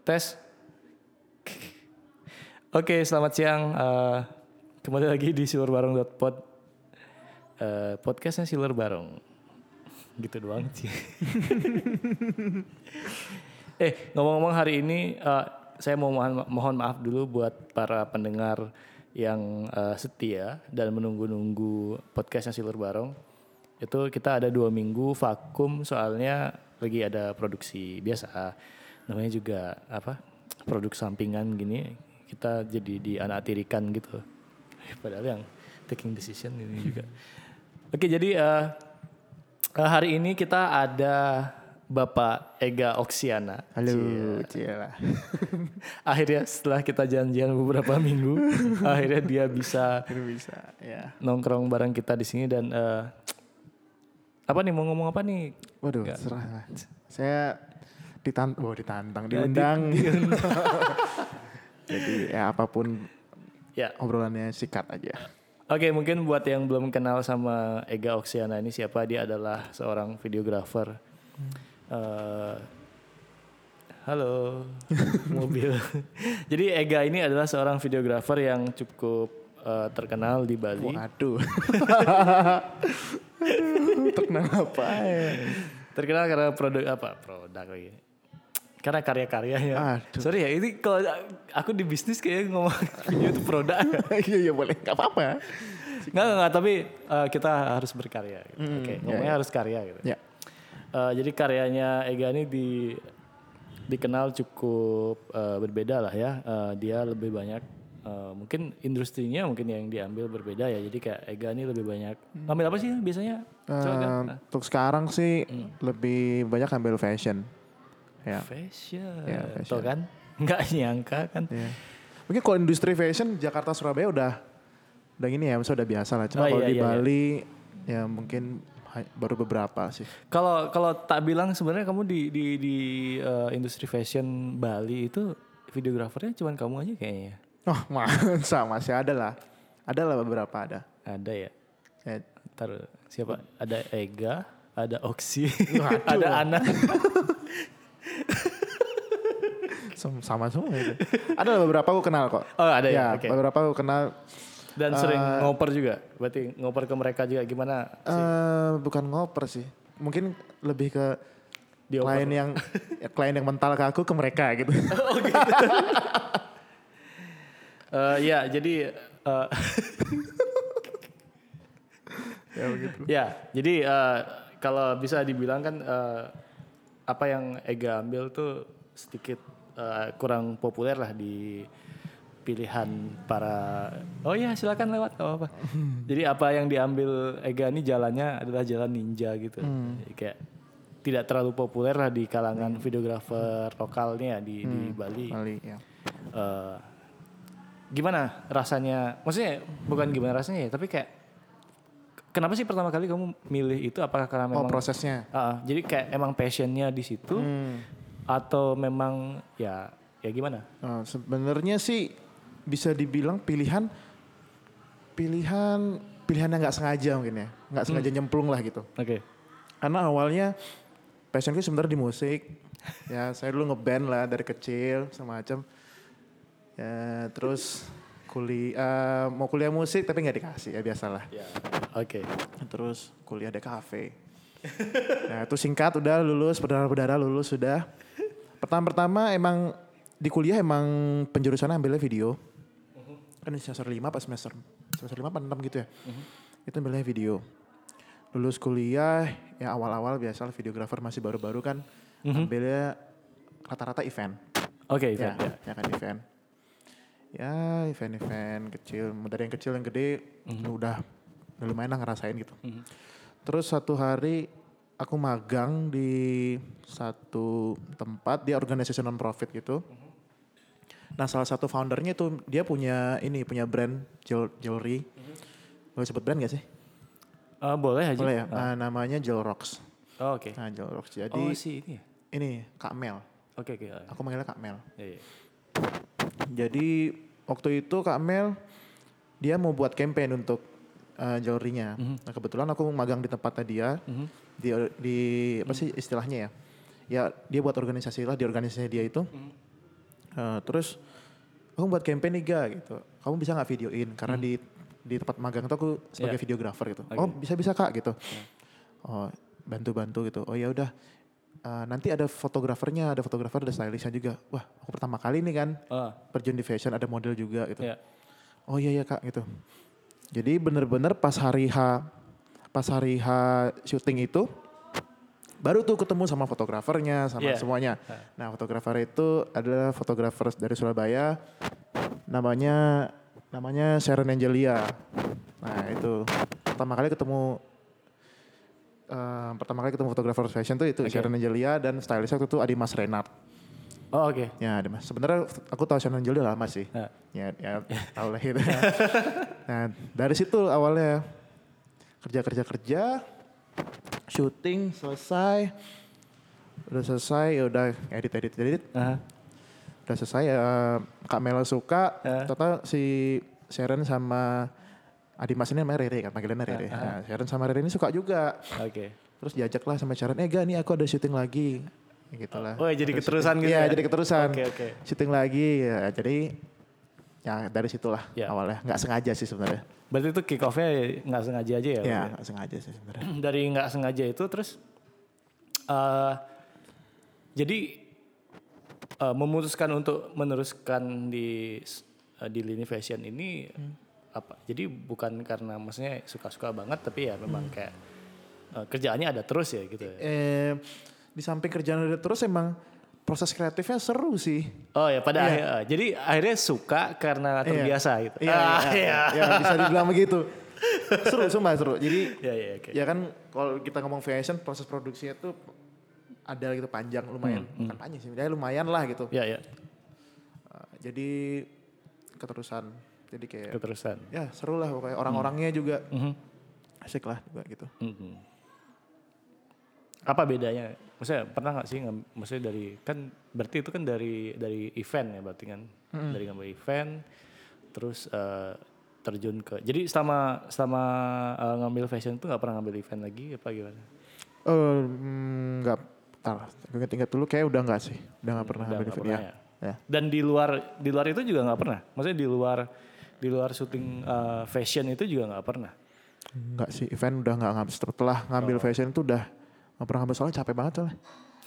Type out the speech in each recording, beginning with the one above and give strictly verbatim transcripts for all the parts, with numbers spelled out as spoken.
Tes. Oke, selamat siang. Uh, kembali lagi di silerbarong dot pod. Uh, podcastnya Siler Barong. Gitu doang sih. eh, ngomong-ngomong hari ini, uh, saya mau mohon, mohon maaf dulu buat para pendengar yang uh, setia dan menunggu-nunggu podcastnya Siler Barong. Itu kita ada dua minggu vakum soalnya lagi ada produksi biasa. Namanya juga apa? Produk sampingan gini. Kita jadi dianatirikan gitu. Padahal yang taking decision ini juga. Oke, jadi uh, uh, hari ini kita ada Bapak Ega Oksiana. Halo, Ciela. Akhirnya setelah kita janjian beberapa minggu, akhirnya dia bisa, bisa ya. nongkrong bareng kita di sini dan uh, apa nih mau ngomong apa nih? Waduh, Gak. serah lah. Saya ditantang, oh ditantang, diundang. Ya, di, di, Jadi ya apapun ya. Obrolannya sikat aja. Oke, mungkin buat yang belum kenal sama Ega Oksiana ini siapa, dia adalah seorang videografer. Hmm. Uh, halo, mobil. Jadi Ega ini adalah seorang videografer yang cukup uh, terkenal di Bali. Waduh. Terkenal apa ya? Terkenal karena produk apa? Produk lagi. Karena karya-karyanya. Aduh. Sorry ya, ini kalau aku di bisnis kayak ngomong video itu produk. Iya iya boleh, nggak apa-apa. Nggak nggak, tapi uh, kita harus berkarya. Gitu. Mm, Oke, okay, ya, ngomongnya ya. harus karya gitu. Ya. Uh, jadi karyanya Ega ini di dikenal cukup uh, berbeda lah ya. Uh, dia lebih banyak uh, mungkin industrinya mungkin yang diambil berbeda ya. Jadi kayak Ega ini lebih banyak ambil apa sih biasanya? Coba Uh, kan? untuk sekarang sih hmm. lebih banyak ambil fashion. Ya. Fashion. Ya, fashion. Tuh kan? Nggak nyangka kan? Ya. Mungkin kalau industri fashion Jakarta Surabaya udah udah gini ya, maksudnya udah biasa lah. Cuma Oh, kalau iya, di iya, Bali iya. ya mungkin baru beberapa sih. Kalau kalau tak bilang sebenarnya kamu di di di uh, industri fashion Bali itu videografernya cuma kamu aja kayaknya. Oh masa masih ada lah, ada lah beberapa ada. Ada ya. ya. Ntar siapa? Ada Ega, ada Oksi, ada Ana. Sama semua itu. Ada beberapa aku kenal kok. Oh ada ya. Ya Okay. beberapa aku kenal. Dan uh, sering ngoper juga. Berarti ngoper ke mereka juga gimana? Uh, bukan ngoper sih. Mungkin lebih ke Dioper. klien yang klien yang mental ke aku ke mereka gitu. Oh gitu. uh, ya jadi. Uh, ya begitu. Ya jadi uh, kalau bisa dibilang kan uh, apa yang Ega ambil tuh sedikit uh, kurang populer lah di pilihan para. Oh ya silakan lewat gak apa-apa. Jadi apa yang diambil Ega ini jalannya adalah jalan ninja gitu. Hmm. Kayak tidak terlalu populer lah di kalangan hmm. videografer lokalnya di hmm. di Bali. Bali ya. Uh, gimana rasanya? Maksudnya bukan gimana rasanya ya, tapi kayak kenapa sih pertama kali kamu milih itu? Apakah karena memang oh, prosesnya? Uh, jadi kayak emang passionnya di situ hmm. atau memang ya ya gimana? Uh, sebenarnya sih bisa dibilang pilihan pilihan pilihan yang nggak sengaja mungkin ya, nggak sengaja hmm. nyemplung lah gitu. Oke. Okay. Karena awalnya passionku sebenarnya di musik. Ya saya dulu ngeband lah dari kecil semacam. Ya terus kuliah uh, mau kuliah musik tapi nggak dikasih ya biasalah. Ya. Oke. Okay. Terus kuliah di kafe. Nah itu singkat udah lulus, berdarah-berdarah lulus sudah. Pertama-pertama emang di kuliah emang penjurusannya ambilnya video. Uh-huh. Kan di semester lima apa semester semester lima apa enam gitu ya. Uh-huh. Itu ambilnya video. Lulus kuliah ya awal-awal biasa videografer masih baru-baru kan. Uh-huh. Ambilnya rata-rata event. Oke, okay, event. Ya, ya. ya kan event. Ya event-event kecil, dari yang kecil yang gede uh-huh. udah lumayan lah ngerasain gitu. Uh-huh. Terus satu hari aku magang di satu tempat, dia organisasi non profit gitu. Uh-huh. Nah salah satu foundernya itu dia punya ini punya brand jewelry. Uh-huh. Boleh sebut brand gak sih? Uh, boleh aja. Boleh ya. Uh. Nah, namanya Jewelrocks. Oh, Oke. Okay. Nah Jewelrocks jadi. Oh si ini. Ini Kak Mel. Oke okay, oke. Okay. Aku manggilnya Kak Mel. Yeah, yeah. Jadi waktu itu Kak Mel dia mau buat campaign untuk uh, jewelry-nya. Mm-hmm. Nah kebetulan aku magang di tempatnya dia. Mm-hmm. Di di apa sih istilahnya ya? Ya dia buat organisasi lah di organisasinya dia itu. Mm-hmm. Uh, terus aku buat campaign nih ga gitu. Kamu bisa nggak videoin? Karena hmm. di di tempat magang itu aku sebagai yeah. videographer gitu. Okay. Oh bisa bisa kak gitu. Yeah. Oh bantu-bantu gitu. Oh ya udah. Uh, nanti ada fotografernya, ada fotografer, ada stylistnya juga. Wah aku pertama kali nih kan uh. terjun di fashion, ada model juga gitu. Yeah. Oh iya iya kak gitu. Jadi bener-bener pas hari H, pas hari H syuting itu, baru tuh ketemu sama fotografernya, sama yeah. semuanya. Nah fotografer itu adalah fotografer dari Surabaya, namanya namanya Sharon Angelia. Nah itu pertama kali ketemu, uh, pertama kali ketemu fotografer fashion tuh itu okay. Sharon Angelia dan stylist waktu itu Adimas Renard. Oh oke. Okay. Ya Adimas. Sebenarnya aku tahu Sharon Angelia udah lama sih. Yeah. Ya, ya tahu lah gitu. Nah dari situ awalnya kerja kerja kerja. Syuting selesai, udah selesai, ya udah edit edit edit, uh-huh. udah selesai. Uh, Kak Mela suka, uh-huh. ternyata si Sharon sama Adimas ini namanya Rere kan, panggilannya Rere. Uh-huh. Nah, Sharon sama Rere ini suka juga. Oke. Okay. Terus diajak lah sama Sharon, eh gak nih aku ada syuting lagi, gitulah. Oh ya jadi terus keterusan syuting, gitu ya? Iya jadi keterusan. Oke okay, oke. Okay. Syuting lagi, ya jadi ya dari situlah yeah. awalnya, nggak sengaja sih sebenarnya. Berarti itu kick off-nya nggak sengaja aja ya? Iya nggak sengaja sih sebenarnya. Dari nggak sengaja itu terus uh, jadi uh, memutuskan untuk meneruskan di uh, di lini fashion ini hmm. apa? Jadi bukan karena maksudnya suka-suka banget tapi ya memang hmm. kayak uh, kerjaannya ada terus ya gitu. Ya? Eh, di samping kerjaan ada terus emang proses kreatifnya seru sih. Oh ya pada yeah. akhir, jadi akhirnya suka karena terbiasa yeah. gitu. Iya, ah, iya, iya. Ya, bisa dibilang begitu. Seru, sumpah seru. Jadi yeah, yeah, okay. ya kan kalau kita ngomong fashion proses produksinya tuh ada gitu panjang lumayan, hmm, bukan hmm. panjang sih, ya lumayan lah gitu. Iya yeah, iya. Yeah. Uh, jadi keterusan, jadi kayak. Keterusan. Ya seru lah pokoknya orang-orangnya hmm. juga hmm. asik lah juga gitu. Hmm. Apa bedanya? Maksudnya pernah nggak sih, maksudnya dari kan berarti itu kan dari dari event ya berarti kan mm. dari ngambil event terus uh, terjun ke jadi selama selama uh, ngambil fashion itu nggak pernah ngambil event lagi apa gimana? Uh, nggak, tar, ingat-ingat dulu kayak udah nggak sih, udah nggak pernah ngambil event ya. ya. ya. Dan di luar di luar itu juga nggak pernah, maksudnya di luar di luar syuting uh, fashion itu juga nggak pernah? Nggak sih, event udah nggak ngambil, setelah ngambil oh. fashion itu udah gak pernah ngambil soalnya capek banget soalnya.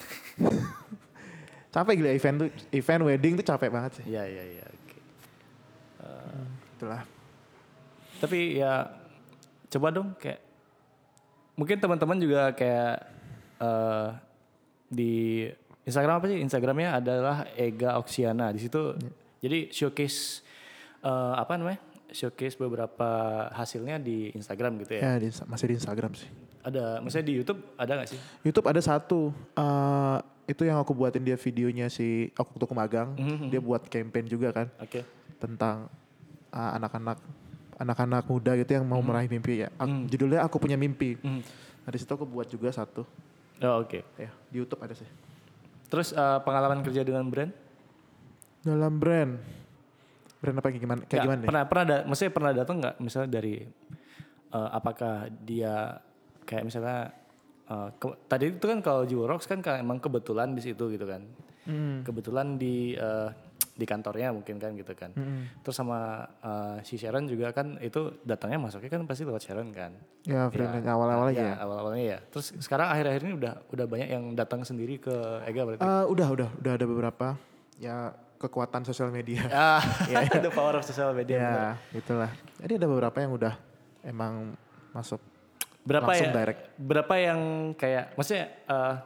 Capek gila event tuh, event wedding tuh capek banget sih. Iya iya iya. Oke. Uh, hmm, itulah. Tapi ya coba dong kayak mungkin teman-teman juga kayak uh, di Instagram apa sih? Instagramnya adalah Ega Oksiana. Di situ yeah. jadi showcase uh, apa namanya? Showcase beberapa hasilnya di Instagram gitu ya? Ya di, masih di Instagram sih. Ada, misalnya di YouTube ada gak sih? YouTube ada satu, uh, itu yang aku buatin dia videonya si aku waktu magang, mm-hmm. dia buat campaign juga kan, okay. tentang uh, anak-anak anak-anak muda gitu yang mau mm-hmm. meraih mimpi ya. Aku, mm-hmm. Judulnya Aku Punya Mimpi. Mm-hmm. Nah di situ aku buat juga satu. Oh oke. Okay. Ya di YouTube ada sih. Terus uh, pengalaman kerja dengan brand? Dalam brand, brand apa gimana? Kayak ya, gimana? Pernah pernah da- maksudnya pernah datang nggak misalnya dari uh, apakah dia kayak misalnya uh, ke, tadi itu kan kalau Jewelrocks kan emang kebetulan di situ gitu kan, mm. kebetulan di uh, di kantornya mungkin kan gitu kan. Mm. Terus sama uh, si Sharon juga kan itu datangnya masuknya kan pasti lewat Sharon kan. Ya, ya awal-awalnya ya. Awal-awalnya ya. Terus sekarang akhir-akhir ini udah udah banyak yang datang sendiri ke Ega berarti. Uh, udah udah udah ada beberapa ya kekuatan sosial media. Ah, ya, ya. The power of social media. Ya itulah. Jadi ada beberapa yang udah emang masuk. Berapa langsung ya? Direct. Berapa yang kayak, maksudnya uh,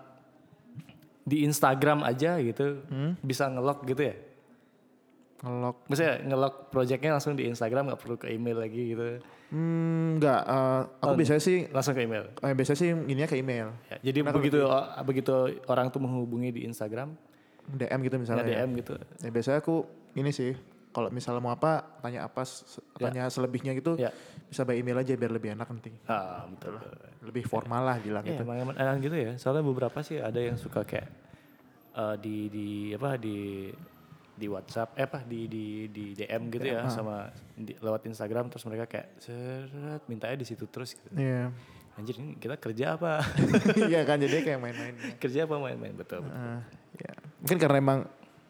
di Instagram aja gitu hmm? bisa nge-lock gitu ya? Nge-lock? Maksudnya nge-lock projectnya langsung di Instagram, nggak perlu ke email lagi gitu? Hmm, nggak. Uh, aku oh, biasanya sih langsung ke email. Uh, biasanya sih ininya ke email. Ya, jadi Karena begitu uh, begitu orang tuh menghubungi di Instagram, D M gitu misalnya. D M ya. gitu. Ya, biasanya aku ini sih. Kalau misalnya mau apa, tanya apa, tanya ya. selebihnya gitu, ya. bisa by email aja biar lebih enak nanti. Ah, betul. Lebih formal lah bilang ya, gitu. Emang enak gitu ya. Soalnya beberapa sih ada yang suka kayak uh, di di apa di di WhatsApp, eh apa di di di D M gitu ya, ya sama di, lewat Instagram terus mereka kayak seret mintanya di situ terus. Gitu. Iya. Anjir ini kita kerja apa? Iya kan jadi kayak main-main. Kerja apa main-main betul. betul. Uh, ya. Mungkin karena emang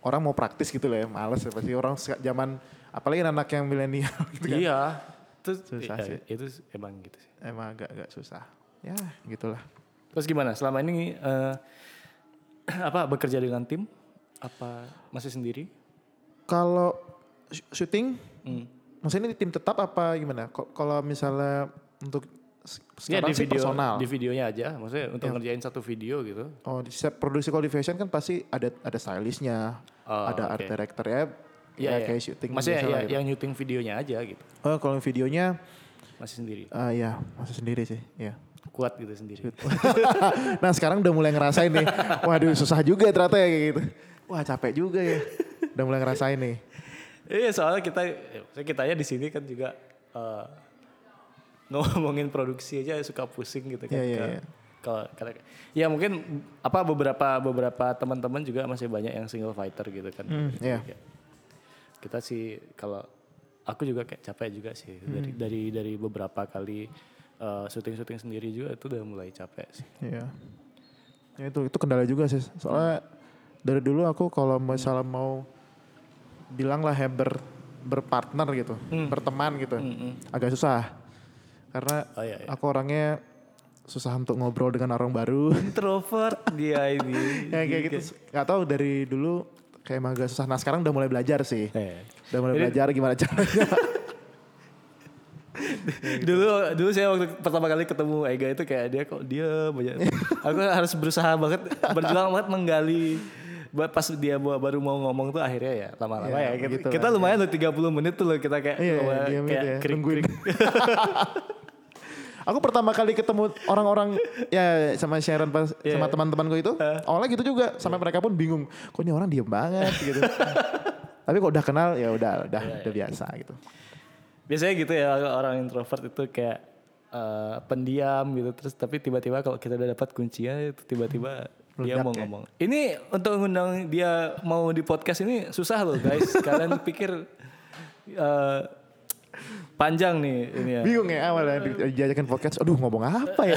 orang mau praktis gitu lah ya, males ya pasti orang seka- zaman apalagi anak yang milenial gitu kan. Iya, itu Susah ya, sih. itu emang gitu sih. Emang agak-agak susah. Ya gitulah. Terus gimana? Selama ini eh, apa bekerja dengan tim? Apa masih sendiri? Kalau sh- syuting, Hmm. maksudnya ini tim tetap apa gimana? Ko- Kalau misalnya untuk s- Ya sekarang di sih video, personal. di videonya aja. Maksudnya untuk Ya. ngerjain satu video gitu. Oh, di setiap produksi kalau di fashion kan pasti ada ada stylistnya, Oh, ada art oke. director ya. Iya, Ya, iya. kayak syuting Maksudnya biasa ya, lah gitu. yang nyuting videonya aja gitu. Oh, kalau videonya Masih sendiri. ah ya masih sendiri sih, ya. Kuat gitu sendiri. Nah sekarang udah mulai ngerasain nih, waduh susah juga ternyata ya kayak gitu. Wah capek juga ya, udah mulai ngerasain nih. Iya soalnya kita, ya, maksudnya kitanya di sini kan juga eh, ngomongin produksi aja suka pusing gitu kan. Iya, iya, Ke- iya. Kalau karena- ya mungkin apa beberapa beberapa teman-teman juga masih banyak yang single fighter gitu kan. Hmm, iya. Ya. Kita sih kalau aku juga kayak capek juga sih Hmm. dari dari dari beberapa kali eh, syuting-syuting sendiri juga itu udah mulai capek sih. Iya. Ya itu itu kendala juga sih. Soalnya dari dulu aku kalau misalnya mau bilang lah ya ber berpartner gitu, berteman gitu, agak susah. Karena Oh iya, iya. aku orangnya susah untuk ngobrol dengan orang baru. Introvert dia ini. ya kayak gitu. Gak tahu dari dulu kayak emang agak susah. Nah sekarang udah mulai belajar sih. Eh. Udah mulai Jadi- belajar gimana caranya. dulu dulu saya waktu pertama kali ketemu Ega itu kayak dia kok dia banyak aku harus berusaha banget berjuang banget menggali Ba- pas dia bu- baru mau ngomong tuh akhirnya ya lama-lama Ya, ya, kita, begitu kita lah. lumayan tuh tiga puluh menit tuh loh kita kayak Iya, kayak, diam kayak gitu ya, krik, nungguin. krik. Aku pertama kali ketemu orang-orang ya sama Sharon pas Iya. sama teman-temanku itu, awalnya gitu juga, sampai mereka pun bingung, kok ini orang diem banget gitu. Tapi kok udah kenal ya udah udah Iya, udah biasa gitu. Biasanya gitu ya orang introvert itu kayak eh, pendiam gitu terus tapi tiba-tiba kalau kita udah dapat kuncinya itu tiba-tiba dia Meledak mau ya. ngomong. Ini untuk ngundang dia mau di podcast ini susah loh guys. Kalian pikir eh, panjang nih ini ya. Bingung ya awalnya di- diajakin podcast, aduh ngomong apa ya?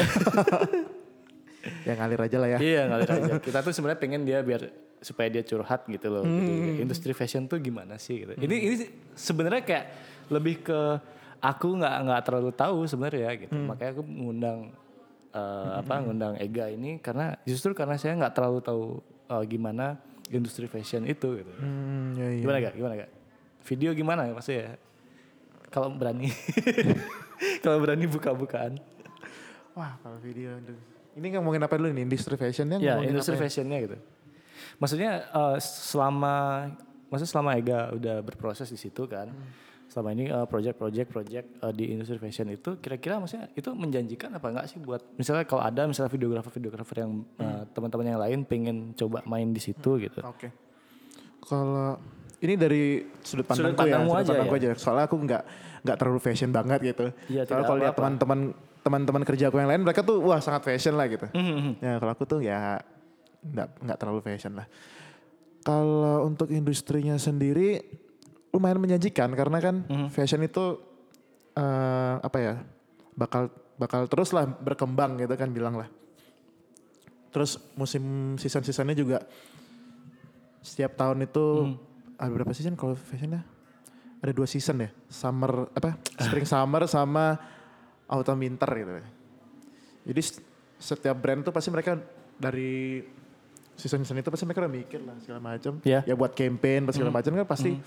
Ya ngalir aja lah ya. Iya ngalir aja. Kita tuh sebenarnya pengen dia biar supaya dia curhat gitu loh. Gitu. Hmm. Industri fashion tuh gimana sih gitu. Ini ini sebenarnya kayak lebih ke aku nggak nggak terlalu tahu sebenarnya gitu. Hmm. Makanya aku ngundang eh, apa ngundang Ega ini karena justru karena saya nggak terlalu tahu eh, gimana industri fashion itu gitu. Hmm, ya, iya. Gimana gak? Gimana gak? Video gimana ya pasti ya? Kalau berani. Kalau berani buka-bukaan. Wah kalau video aduh. Ini ngomongin apa dulu nih? Industri fashionnya Ya, ngomongin industri apa ya? fashionnya gitu. Maksudnya eh, selama maksudnya selama Ega udah berproses di situ kan. Selama ini eh, project-project project eh, di industri fashion itu kira-kira maksudnya itu menjanjikan apa enggak sih buat misalnya kalau ada misalnya videografer-videografer yang eh, teman-teman yang lain pengen coba main di situ gitu. Oke. Kalau ini dari sudut pandangku Sudut pandangmu ya, aja sudut pandangku ya? aja. Soalnya aku nggak nggak terlalu fashion banget gitu. Iya, Soalnya tidak kalau lihat apa-apa. teman-teman teman-teman kerja aku yang lain, mereka tuh wah sangat fashion lah gitu. Mhm. Ya kalau aku tuh ya nggak nggak terlalu fashion lah. Kalau untuk industrinya sendiri lumayan menjanjikan karena kan fashion itu eh, apa ya bakal bakal terus lah berkembang gitu kan bilang lah. Terus musim season-seasonnya juga setiap tahun itu ada berapa season kalau fashionnya? Ada dua season ya, summer apa spring summer sama autumn winter gitu. Jadi s- setiap brand tuh pasti mereka dari season-season itu pasti mereka udah mikir lah segala macam. Iya. Ya buat campaign, buat segala macam kan pasti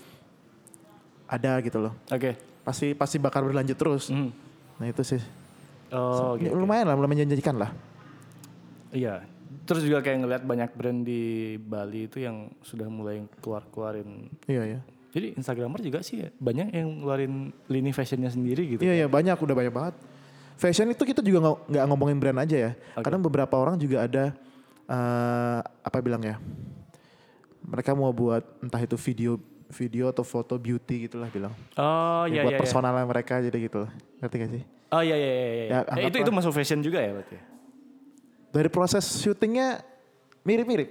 ada gitu loh. Oke. Pasti pasti bakal berlanjut terus. Mhm. Nah itu sih. Oh, Ya, gitu. lumayan lah, lumayan menjanjikan lah. Iya. Terus juga kayak ngeliat banyak brand di Bali itu yang sudah mulai keluar-keluarin. Iya ya. Jadi Instagramer juga sih ya, banyak yang ngeluarin lini fashionnya sendiri gitu. Iya iya banyak, udah banyak banget. Fashion itu kita juga nggak nggak ngomongin brand aja ya. Oke. Kadang beberapa orang juga ada eh apa bilang ya. Mereka mau buat entah itu video video atau foto beauty gitulah bilang. Oh Ya, iya buat iya. iya. personalnya mereka jadi gitu. Ngerti gak sih? Oh iya iya iya. iya. Ya, Eh, itu anggaplah- itu masuk fashion juga ya berarti. Dari proses syutingnya mirip-mirip.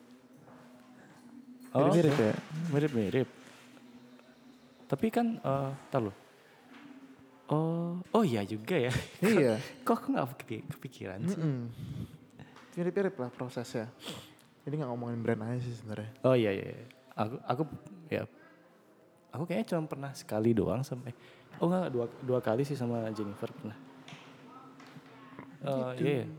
Oh, Mirip-mirip oke. ya. Mirip-mirip. Tapi kan eh tar lo. Oh, oh iya juga ya. Iya. Kok aku nggak kepi- kepikiran sih? Mm-mm. Mirip-mirip lah prosesnya. Jadi nggak ngomongin brand aja sih sebenarnya. Oh iya iya. iya. aku aku ya aku kayaknya cuma pernah sekali doang sampai oh enggak dua dua kali sih sama Jennifer pernah. Uh, Gitu. iya. iya.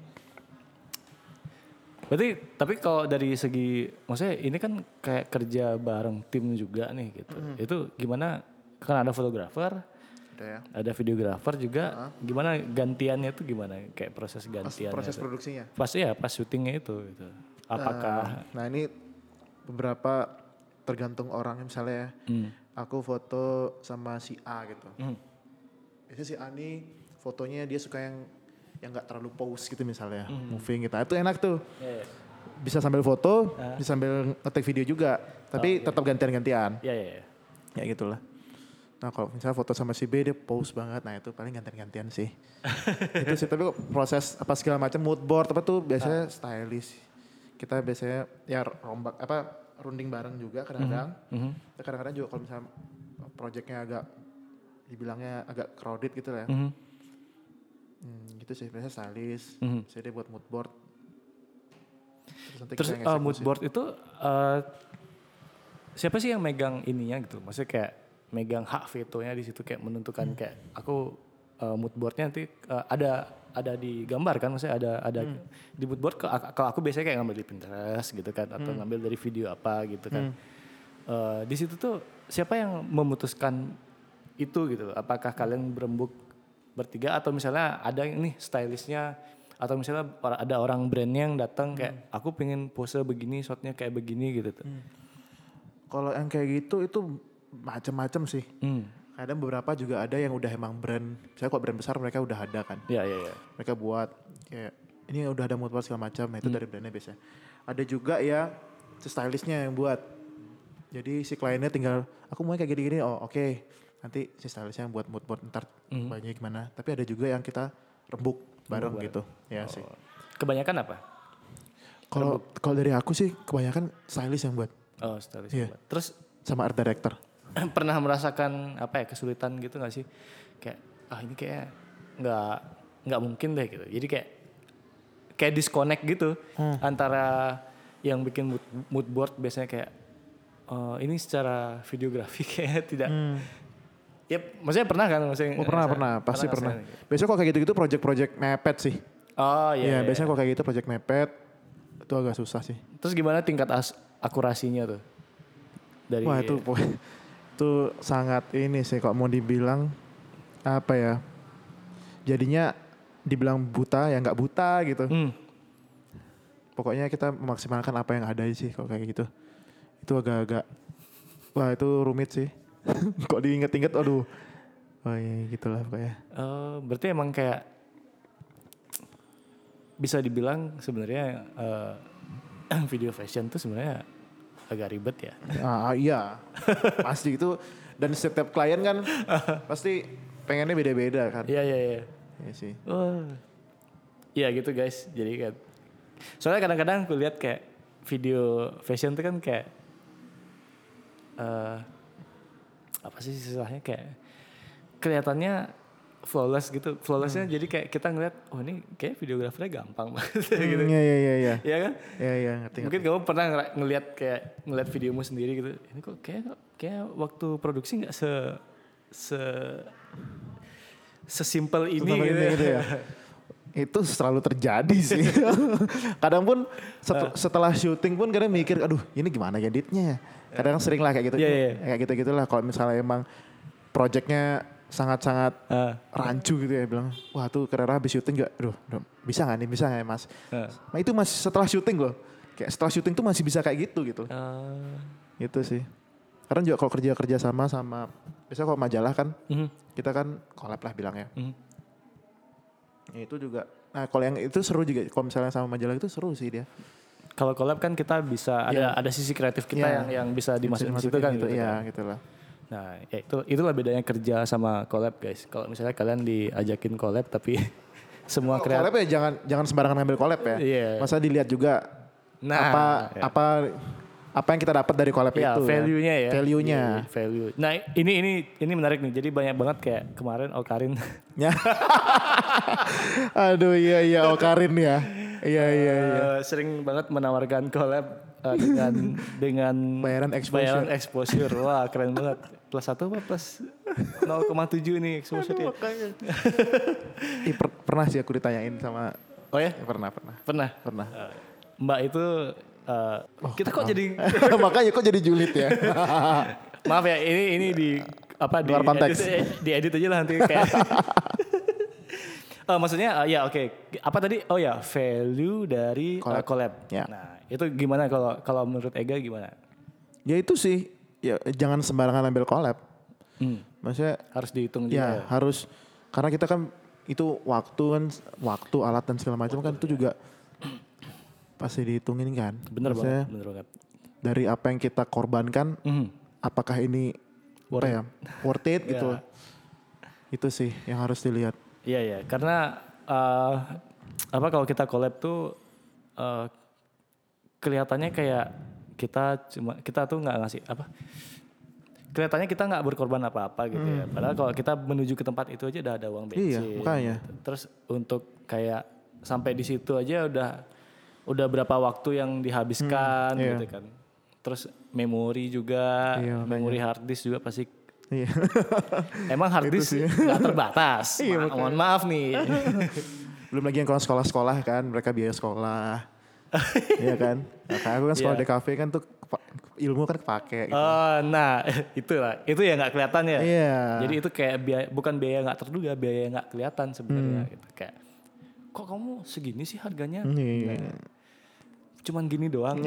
Berarti tapi kalau dari segi maksudnya ini kan kayak kerja bareng tim juga nih gitu. Mm. Itu gimana kan ada fotografer, Ada ya. ada videografer juga. Uh-huh. Gimana gantiannya tuh gimana kayak proses Pas gantiannya? proses tuh? produksinya. Pas ya pas syutingnya itu gitu. Apakah Nah, nah ini beberapa tergantung orang misalnya ya. hmm. Aku foto sama si A gitu. Hmm. Biasanya si A nih fotonya dia suka yang yang nggak terlalu pose gitu misalnya, Hmm. moving gitu. Nah, itu enak tuh. Yeah, yeah. Bisa sambil foto, Ah. bisa sambil ngetik video juga. Tapi Oh, iya. tetap gantian-gantian. Ya ya ya. Ya gitulah. Nah kalau misalnya foto sama si B dia pose banget, nah itu paling gantian-gantian sih. Itu sih, tapi kok proses apa segala macam mood board apa tuh biasanya stylish. Kita biasanya ya rombak apa runding bareng juga kadang-kadang. Mhm. Ya, kadang-kadang juga kalau misalnya projectnya agak dibilangnya agak crowded gitu lah ya. Mhm. Hmm, gitu sih biasanya stylish. Mhm. Saya dia buat mood board. Terus, nanti Terus kita uh, mood ngeksekusi. board itu uh, siapa sih yang megang ininya gitu? Maksudnya kayak megang hak vetonya di situ kayak menentukan kayak aku uh, mood boardnya nanti uh, ada ada di gambar kan, maksudnya ada ada Hmm. di mood board. Kalau aku biasanya kayak ngambil di Pinterest gitu kan, atau ngambil dari video apa gitu kan. Hmm. Uh, di situ tuh siapa yang memutuskan itu gitu? Apakah kalian berembuk bertiga atau misalnya ada yang nih stylistnya atau misalnya or- ada orang brandnya yang datang kayak aku pengen pose begini, shotnya kayak begini gitu tuh. Kalau yang kayak gitu itu macam-macam sih. Hmm. Kadang beberapa juga ada yang udah emang brand, misalnya kalau brand besar mereka udah ada kan. Ya ya ya. Mereka buat kayak ini udah ada mood board segala macam, nah itu dari brandnya biasanya. Ada juga ya si stylistnya yang buat. Jadi si kliennya tinggal aku mau kayak gini-gini, oh oke. Nanti si stylistnya yang buat mood board ntar Hmm. banyak gimana. Tapi ada juga yang kita rembuk bareng bareng. gitu. Ya sih. Oh. Kebanyakan apa? Kalau kalau dari aku sih kebanyakan stylist yang buat Oh, stylist. Iya. buat. Terus sama art director. pernah merasakan apa ya kesulitan gitu nggak sih? Kayak ah ini kayak nggak nggak mungkin deh gitu. Jadi kayak kayak disconnect gitu Hmm. antara yang bikin mood, mood board biasanya kayak oh, ini secara videografi kayak tidak. Hmm. Ya maksudnya pernah kan? Maksudnya, Oh pernah, pernah, pasti pernah. ngerasain gitu. Biasanya kok kayak gitu-gitu project-project mepet sih. Oh iya. Iya, iya, biasanya iya. kok kayak gitu project mepet itu agak susah sih. Terus gimana tingkat as- akurasinya tuh? Dari Wah itu itu sangat ini sih kok mau dibilang apa ya? Jadinya dibilang buta ya nggak buta gitu. Hmm. Pokoknya kita memaksimalkan apa yang ada sih kok kayak gitu. Itu agak-agak wah itu rumit sih. Kok diinget-inget aduh. Oh iya gitulah pokoknya. Eh, berarti emang kayak bisa dibilang sebenarnya eh, video fashion tuh sebenarnya agak ribet ya. Ah iya. Pasti itu dan setiap klien kan pasti pengennya beda-beda kan. Iya iya iya. Iya sih. Oh. Iya gitu guys. Jadi kan soalnya kadang-kadang aku lihat kayak video fashion tuh kan kayak eh apa sih istilahnya kayak kelihatannya flawless gitu. Flawlessnya jadi kayak kita ngeliat oh ini kayak videografernya gampang banget gitu. Iya iya iya iya. Iya kan? Iya iya ngerti. Mungkin kamu pernah ngera- ngeliat kayak ngeliat videomu sendiri gitu. Ini kok kayak kayak waktu produksi nggak se se sesimpel ini Tentang gitu. ini gitu ya. Itu selalu terjadi sih. Kadang pun set- setelah syuting pun kadang mikir, aduh ini gimana ya editnya. Kadang sering lah kayak gitu. Iya, iya. Kayak gitu-gitulah kalau misalnya emang projectnya sangat-sangat Ah, rancu gitu ya. Bilang, wah tuh karena habis syuting gak, aduh, aduh bisa gak nih, bisa gak ya mas. ah. Nah itu masih setelah syuting loh. Kayak setelah syuting tuh masih bisa kayak gitu gitu. Ah, Itu sih. Karena juga kalau kerja-kerja sama sama, biasanya kalau majalah kan, mhm, kita kan collab lah bilangnya. mhm. Ya, itu juga. Nah kalau yang itu seru juga. Kalau misalnya sama majalah itu seru sih dia. Kalau collab kan kita bisa ada Iya. ada sisi kreatif kita Iya. yang yang bisa dimasukin di situ dimasukin kan gitu. gitu. Iya kan. gitu lah. Nah, ya itu itulah bedanya kerja sama collab guys. Kalau misalnya kalian diajakin collab tapi semua Oh, kreatif collab ya jangan jangan sembarangan ngambil collab ya. Iya. Masa dilihat juga Nah, apa ya. apa apa yang kita dapat dari collab ya, itu. value-nya ya. Value-nya. Iya, value. Nah, ini ini ini menarik nih. Jadi banyak banget kayak kemarin Okarin Ya. Aduh iya iya oh Karin ya. Iya iya iya. eh, sering banget menawarkan collab uh, dengan dengan Bayaran exposure. bayaran exposure. Wah, keren banget. Plus satu apa plus nol koma tujuh nih exposure-nya. Ih, per- pernah sih aku ditanyain sama Oh ya? ya, pernah pernah Pernah. pernah. Uh, Mbak itu uh, kita kok jadi Makanya kok jadi julid ya. maaf ya, ini ini di apa di Luar konteks. edit, di edit aja lah nanti kayak. Uh, maksudnya uh, ya oke okay. Apa tadi? Oh ya, value dari collab. Uh, collab. Ya. Nah, itu gimana kalau kalau menurut Ega gimana? Ya itu sih, ya jangan sembarangan ambil collab. Hmm. Maksudnya Harus dihitung juga. ya, Ya, harus karena kita kan itu waktu kan, waktu alat dan segala macam kan itu juga pasti dihitungin kan. Bener Maksudnya, banget, bener banget. dari apa yang kita korbankan, Mhm. apakah ini Worth apa ya, worth it gitu. Ya. Itu sih yang harus dilihat. Iya ya, karena uh, apa kalau kita collab tuh uh, kelihatannya kayak kita cuma kita tuh nggak ngasih apa? Kelihatannya kita nggak berkorban apa-apa gitu ya. Padahal kalau kita menuju ke tempat itu aja udah ada uang bensin. Iya, makanya. Gitu. Terus untuk kayak sampai di situ aja udah udah berapa waktu yang dihabiskan Hmm, iya. gitu kan. Terus memori juga, Iya, memori hard disk juga pasti. Iya. Emang hard disk nggak terbatas. Iya, Ma- mohon maaf nih. Belum lagi yang kalau sekolah-sekolah kan, mereka biaya sekolah. Iya kan? Nah, kayak aku kan sekolah Iya. D K V kan tuh kepa- ilmu kan kepake gitu. Oh, nah itulah, itu ya nggak kelihatan ya. Iya. Jadi itu kayak biaya, bukan biaya nggak terduga, biaya yang nggak kelihatan sebenarnya. Hmm. Gitu. Kayak, kok kamu segini sih harganya? Iya. Nah, cuman gini doang.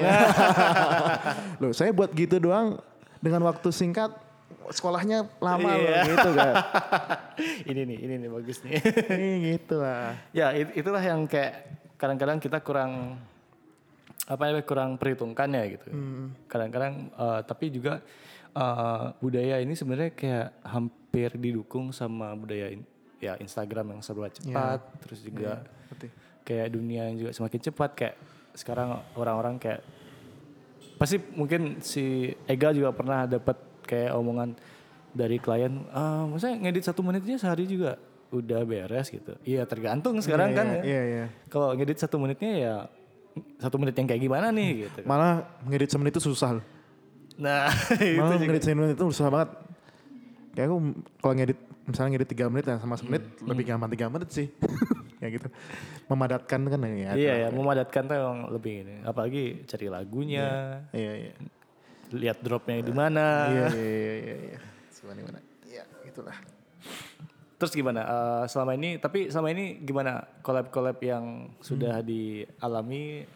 Loh, saya buat gitu doang dengan waktu singkat, sekolahnya lama loh Iya. gitu kan. ini nih, ini nih bagus nih. Ini gitu lah. Ya it- itulah yang kayak kadang-kadang kita kurang apa ya kurang perhitungkan ya gitu. Kadang-kadang eh, tapi juga eh, budaya ini sebenarnya kayak hampir didukung sama budaya in- ya Instagram yang serba cepat, terus juga Betul. kayak dunia yang juga semakin cepat kayak sekarang orang-orang kayak pasti mungkin si Ega juga pernah dapat kayak omongan dari klien, ah maksudnya ngedit satu menitnya sehari juga udah beres gitu. Iya tergantung sekarang Iya, kan iya, ya. Iya, iya. Kalau ngedit satu menitnya ya satu menit yang kayak gimana nih gitu. Malah ngedit semenit itu susah loh. Nah Malah itu juga. ngedit semenit itu susah banget. Kayak aku kalau ngedit misalnya ngedit tiga menit ya sama semenit lebih gampang tiga menit sih. Kayak gitu. Memadatkan kan ya. Iya ya memadatkan tuh emang lebih ini. Apalagi cari lagunya, Iya, iya. lihat dropnya di mana. Iya, iya, iya, iya, iya. Semana mana. Iya, itulah. Terus gimana? Eh, selama ini, tapi selama ini gimana collab-collab yang sudah dialami?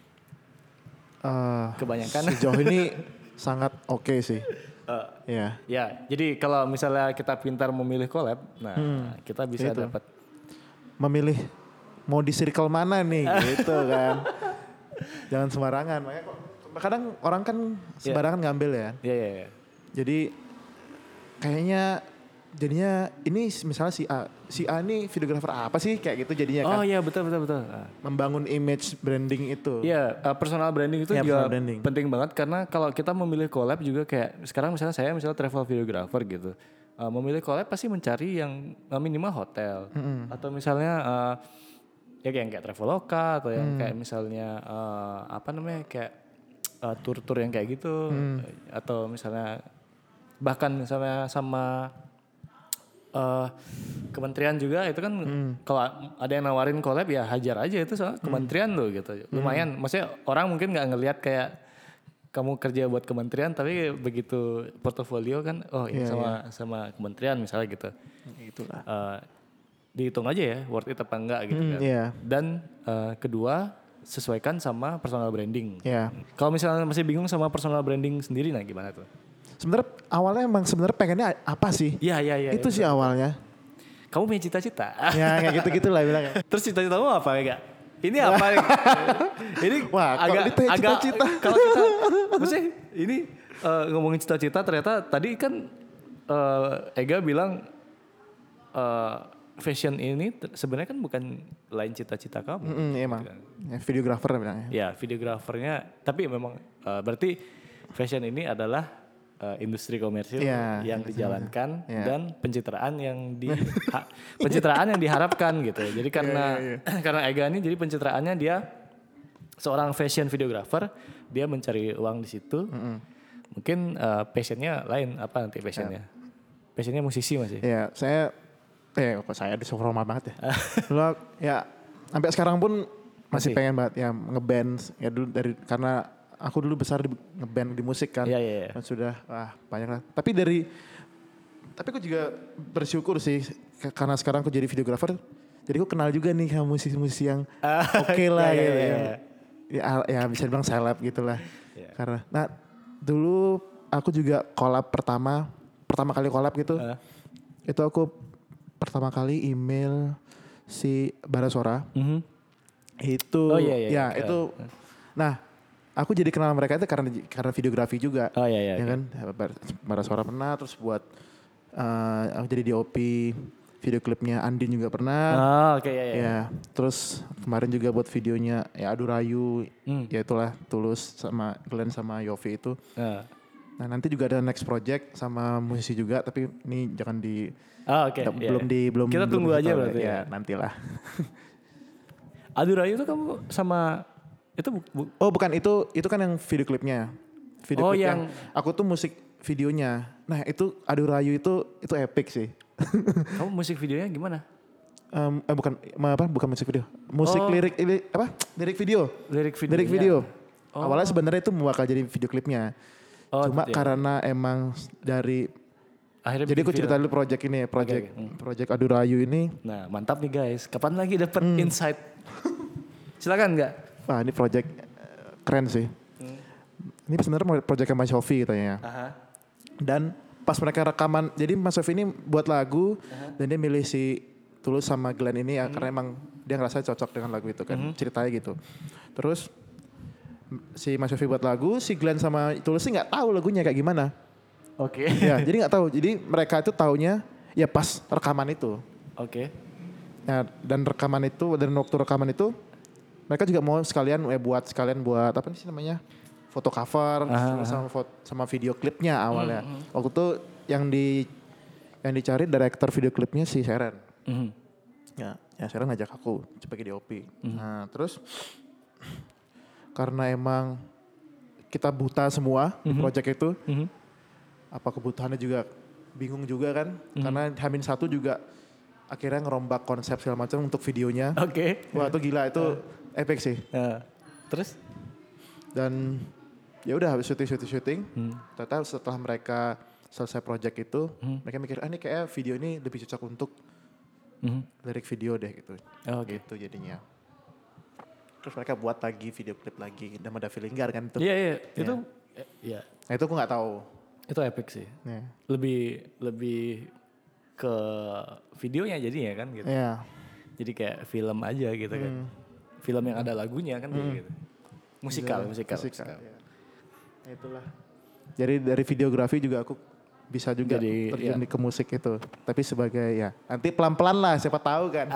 Eh, Kebanyakan. Sejauh ini sangat oke sih. Eh, Iya. ya, jadi kalau misalnya kita pintar memilih collab, nah kita bisa itu. dapat. Memilih mau di circle mana nih gitu kan. Jangan sembarangan. Makanya kok kadang orang kan sembarangan ngambil ya. Ya, ya, ya. Jadi kayaknya jadinya ini misalnya si A, si A ini videografer apa sih kayak gitu jadinya kan. Oh iya betul betul betul. Ah. Membangun image branding itu. Iya, uh, personal branding itu Iya, juga personal branding. penting banget karena kalau kita memilih collab juga kayak sekarang misalnya saya misalnya travel videographer gitu. Uh, memilih collab pasti mencari yang uh, minimal hotel atau misalnya uh, ya kayak yang kayak Traveloka atau yang kayak misalnya uh, apa namanya kayak uh, tur-tur yang kayak gitu atau misalnya bahkan misalnya sama uh, kementerian juga itu kan kalau ada yang nawarin collab ya hajar aja itu soal kementerian loh gitu lumayan maksudnya orang mungkin nggak ngelihat kayak kamu kerja buat kementerian tapi begitu portofolio kan oh ini Iya, sama sama kementerian misalnya gitu Itulah. Uh, dihitung aja ya worth it apa enggak gitu Hmm, kan iya. dan uh, kedua sesuaikan sama personal branding. Iya. Kalau misalnya masih bingung sama personal branding sendiri nah gimana tuh? Sebenarnya awalnya emang sebenarnya pengennya apa sih? Iya iya iya. itu sih awalnya. Kamu punya cita-cita. Ya kayak gitu-gitu lah bilangnya. Terus cita-citamu apa ya Kak? Ini apa? Ini Wah, kalau agak ditanya agak cita-cita. kalau kita maksudnya ini uh, ngomongin cita-cita ternyata tadi kan uh, Ega bilang uh, fashion ini t- sebenarnya kan bukan lain cita-cita kamu. Mm, iya, emang. Ya, videografer bilangnya. Ya, videografernya tapi memang uh, berarti fashion ini adalah uh, industri komersil Iya, yang dijalankan Iya. dan pencitraan yang di ha- pencitraan yang diharapkan gitu. Jadi karena Iya, karena Ega ini jadi pencitraannya dia seorang fashion videographer, dia mencari uang di situ. Mm-mm. Mungkin uh, passionnya lain apa nanti passionnya? Yeah. Passionnya musisi masih. Ya saya, eh kok saya di formal banget ya. Dulu ya sampai sekarang pun masih, masih pengen banget ya ngeband ya dulu dari karena aku dulu besar di ngeband di musik kan. Iya, iya, iya. Dan sudah wah banyak lah. Tapi dari tapi aku juga bersyukur sih karena sekarang aku jadi videographer. Jadi aku kenal juga nih sama musisi-musisi yang oke okay lah iya, gitu iya, ya. iya. Ya, ya bisa dibilang seleb gitu lah. Yeah. Karena nah dulu aku juga collab pertama pertama kali collab gitu. Uh. Itu aku pertama kali email si Barasora. Mm-hmm. Itu oh, iya, iya, ya iya. itu uh. Nah, aku jadi kenal mereka itu karena karena videografi juga. Oh iya iya. Ya kan? Barasora pernah terus buat uh, aku jadi D O P video klipnya Andin juga pernah. Oh, oke okay, ya, ya. Ya, terus kemarin juga buat videonya ya Adu Rayu, hmm. ya itulah Tulus sama Glenn sama Yofi itu. Uh. Nah nanti juga ada next project sama musisi juga, tapi ini jangan di, oh, okay. da, yeah, belum yeah. di belum. Kita belum tunggu aja berarti ya. ya. Nantilah. Adu Rayu itu kamu sama itu bu, bu, oh bukan itu itu kan yang video klipnya. Video oh klip yang, yang aku tuh musik videonya. Nah itu Adu Rayu itu itu epic sih. Kamu musik videonya gimana? Um, eh bukan apa bukan musik video. Musik oh. lirik ini apa? Lirik video. Lirik video. Lirik video. Oh. Awalnya sebenarnya itu bakal jadi video klipnya. Oh, cuma iya. karena emang dari akhirnya jadi aku cerita dulu project ini, project okay, okay. project Adu Rayu ini. Nah, mantap nih guys. Kapan lagi dapat hmm. insight? Silakan enggak? Wah, ini project keren sih. Hmm. Ini sebenarnya project Mas Sofi katanya. Aha. Dan pas mereka rekaman, jadi Mas Sofi ini buat lagu uh-huh. dan dia milih si Tulus sama Glenn ini ya, uh-huh. karena emang dia ngerasa cocok dengan lagu itu kan, uh-huh. ceritanya gitu. Terus si Mas Sofi buat lagu, si Glenn sama Tulus sih nggak tahu lagunya kayak gimana. Oke. Okay. Ya, jadi nggak tahu. Jadi mereka itu taunya ya pas rekaman itu. Oke. Okay. Nah, dan rekaman itu dan waktu rekaman itu mereka juga mau sekalian eh buat sekalian buat apa sih namanya? Foto cover aha, sama foto, sama video klipnya awalnya. Mm-hmm. Waktu itu yang di yang dicari director video klipnya si Seren. Mm-hmm. Ya, ya Seren ngajak aku sebagai D O P. Mm-hmm. Nah, terus karena emang kita buta semua mm-hmm. di project itu. Mm-hmm. Apa kebutuhannya juga bingung juga kan? Mm-hmm. Karena Hamin satu juga akhirnya ngerombak konsep segala macam untuk videonya. Oke. Okay. Wah, itu gila itu uh. epic sih. Uh. Terus dan ya udah habis syuting syuting syuting hmm. ternyata setelah mereka selesai project itu hmm. mereka mikir ah ini kayak video ini lebih cocok untuk hmm. lirik video deh gitu oh, okay. gitu jadinya terus mereka buat lagi video klip lagi dan ada Linggar kan itu iya iya itu ya nah itu aku nggak tahu itu epic sih yeah. lebih lebih ke videonya jadinya kan gitu yeah. jadi kayak film aja gitu hmm. kan film yang ada lagunya kan hmm. gitu musikal Bisa, musikal, musikal. musikal. Ya. Itulah. Jadi dari videografi juga aku bisa juga jadi, terjun ya. ke musik itu. Tapi sebagai ya nanti pelan-pelan lah siapa tahu kan.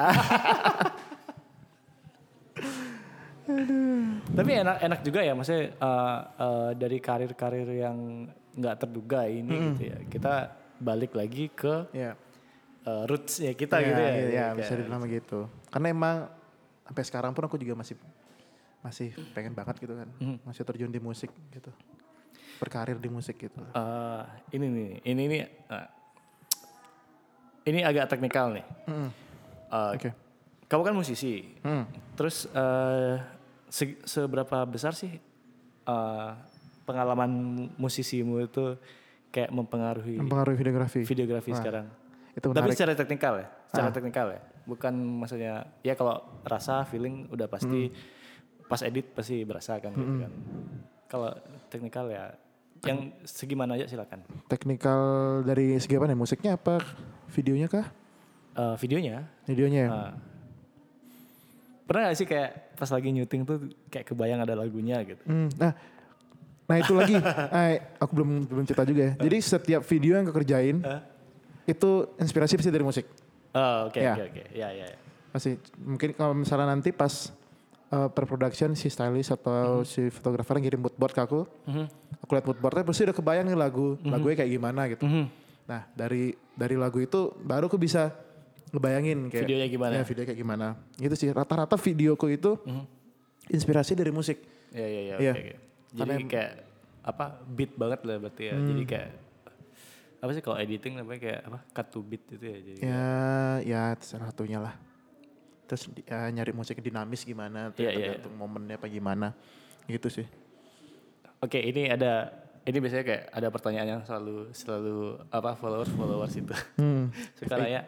Tapi enak-enak juga ya maksudnya uh, uh, dari karir-karir yang nggak terduga ini hmm. gitu ya. Kita balik lagi ke yeah. uh, roots ya kita yeah, gitu ya. Iya yeah, bisa dibilang begitu. Karena emang sampai sekarang pun aku juga masih masih pengen banget gitu kan. Hmm. Masih terjun di musik gitu. Berkarir di musik gitu. Uh, ini nih, ini nih, uh, ini agak teknikal nih. Mm. Uh, Oke. Okay. Kamu kan musisi. Mm. Terus uh, se- seberapa besar sih uh, pengalaman musisimu itu kayak mempengaruhi? Mempengaruhi videografi. Videografi Wah, sekarang. Itu Tapi secara teknikal ya, secara ah. teknikal ya. Bukan maksudnya, ya kalau rasa, feeling udah pasti mm. pas edit pasti berasa kan mm. gitu kan. Kalau teknikal ya. Yang segimana aja silakan. Teknikal dari segi apa nih? Musiknya apa? Videonya kah? Uh, videonya. Videonya. Uh, pernah gak sih kayak pas lagi nyuting tuh kayak kebayang ada lagunya gitu? Hmm, nah, nah itu lagi. Ay, aku belum belum cerita juga ya. Jadi setiap video yang aku kerjain uh? itu inspirasi pasti dari musik. Oh oke oke oke. Ya ya. Pasti mungkin kalau misalnya nanti pas uh, per-production si stylist atau mm-hmm. si fotografer ngirim mood board ke aku. Mm-hmm. Aku lihat mood boardnya pasti udah kebayang nih lagu, mm-hmm. lagunya kayak gimana gitu. Mm-hmm. Nah dari dari lagu itu baru aku bisa ngebayangin kayak videonya gimana. Ya video kayak gimana. Gitu sih rata-rata videoku itu mm-hmm. inspirasi dari musik. Iya iya iya. Iya. Oke, oke. Jadi Karena- kayak apa beat banget lah berarti ya. Hmm. Jadi kayak apa sih kalau editing namanya kayak apa cut to beat itu ya. Jadi Ya, ya salah satunya lah. Terus ya, nyari musik dinamis gimana, Iya, iya, tergantung momennya apa gimana, gitu sih. Oke, ini ada ini biasanya kayak ada pertanyaan yang selalu selalu apa followers followers itu Hmm. suka nanya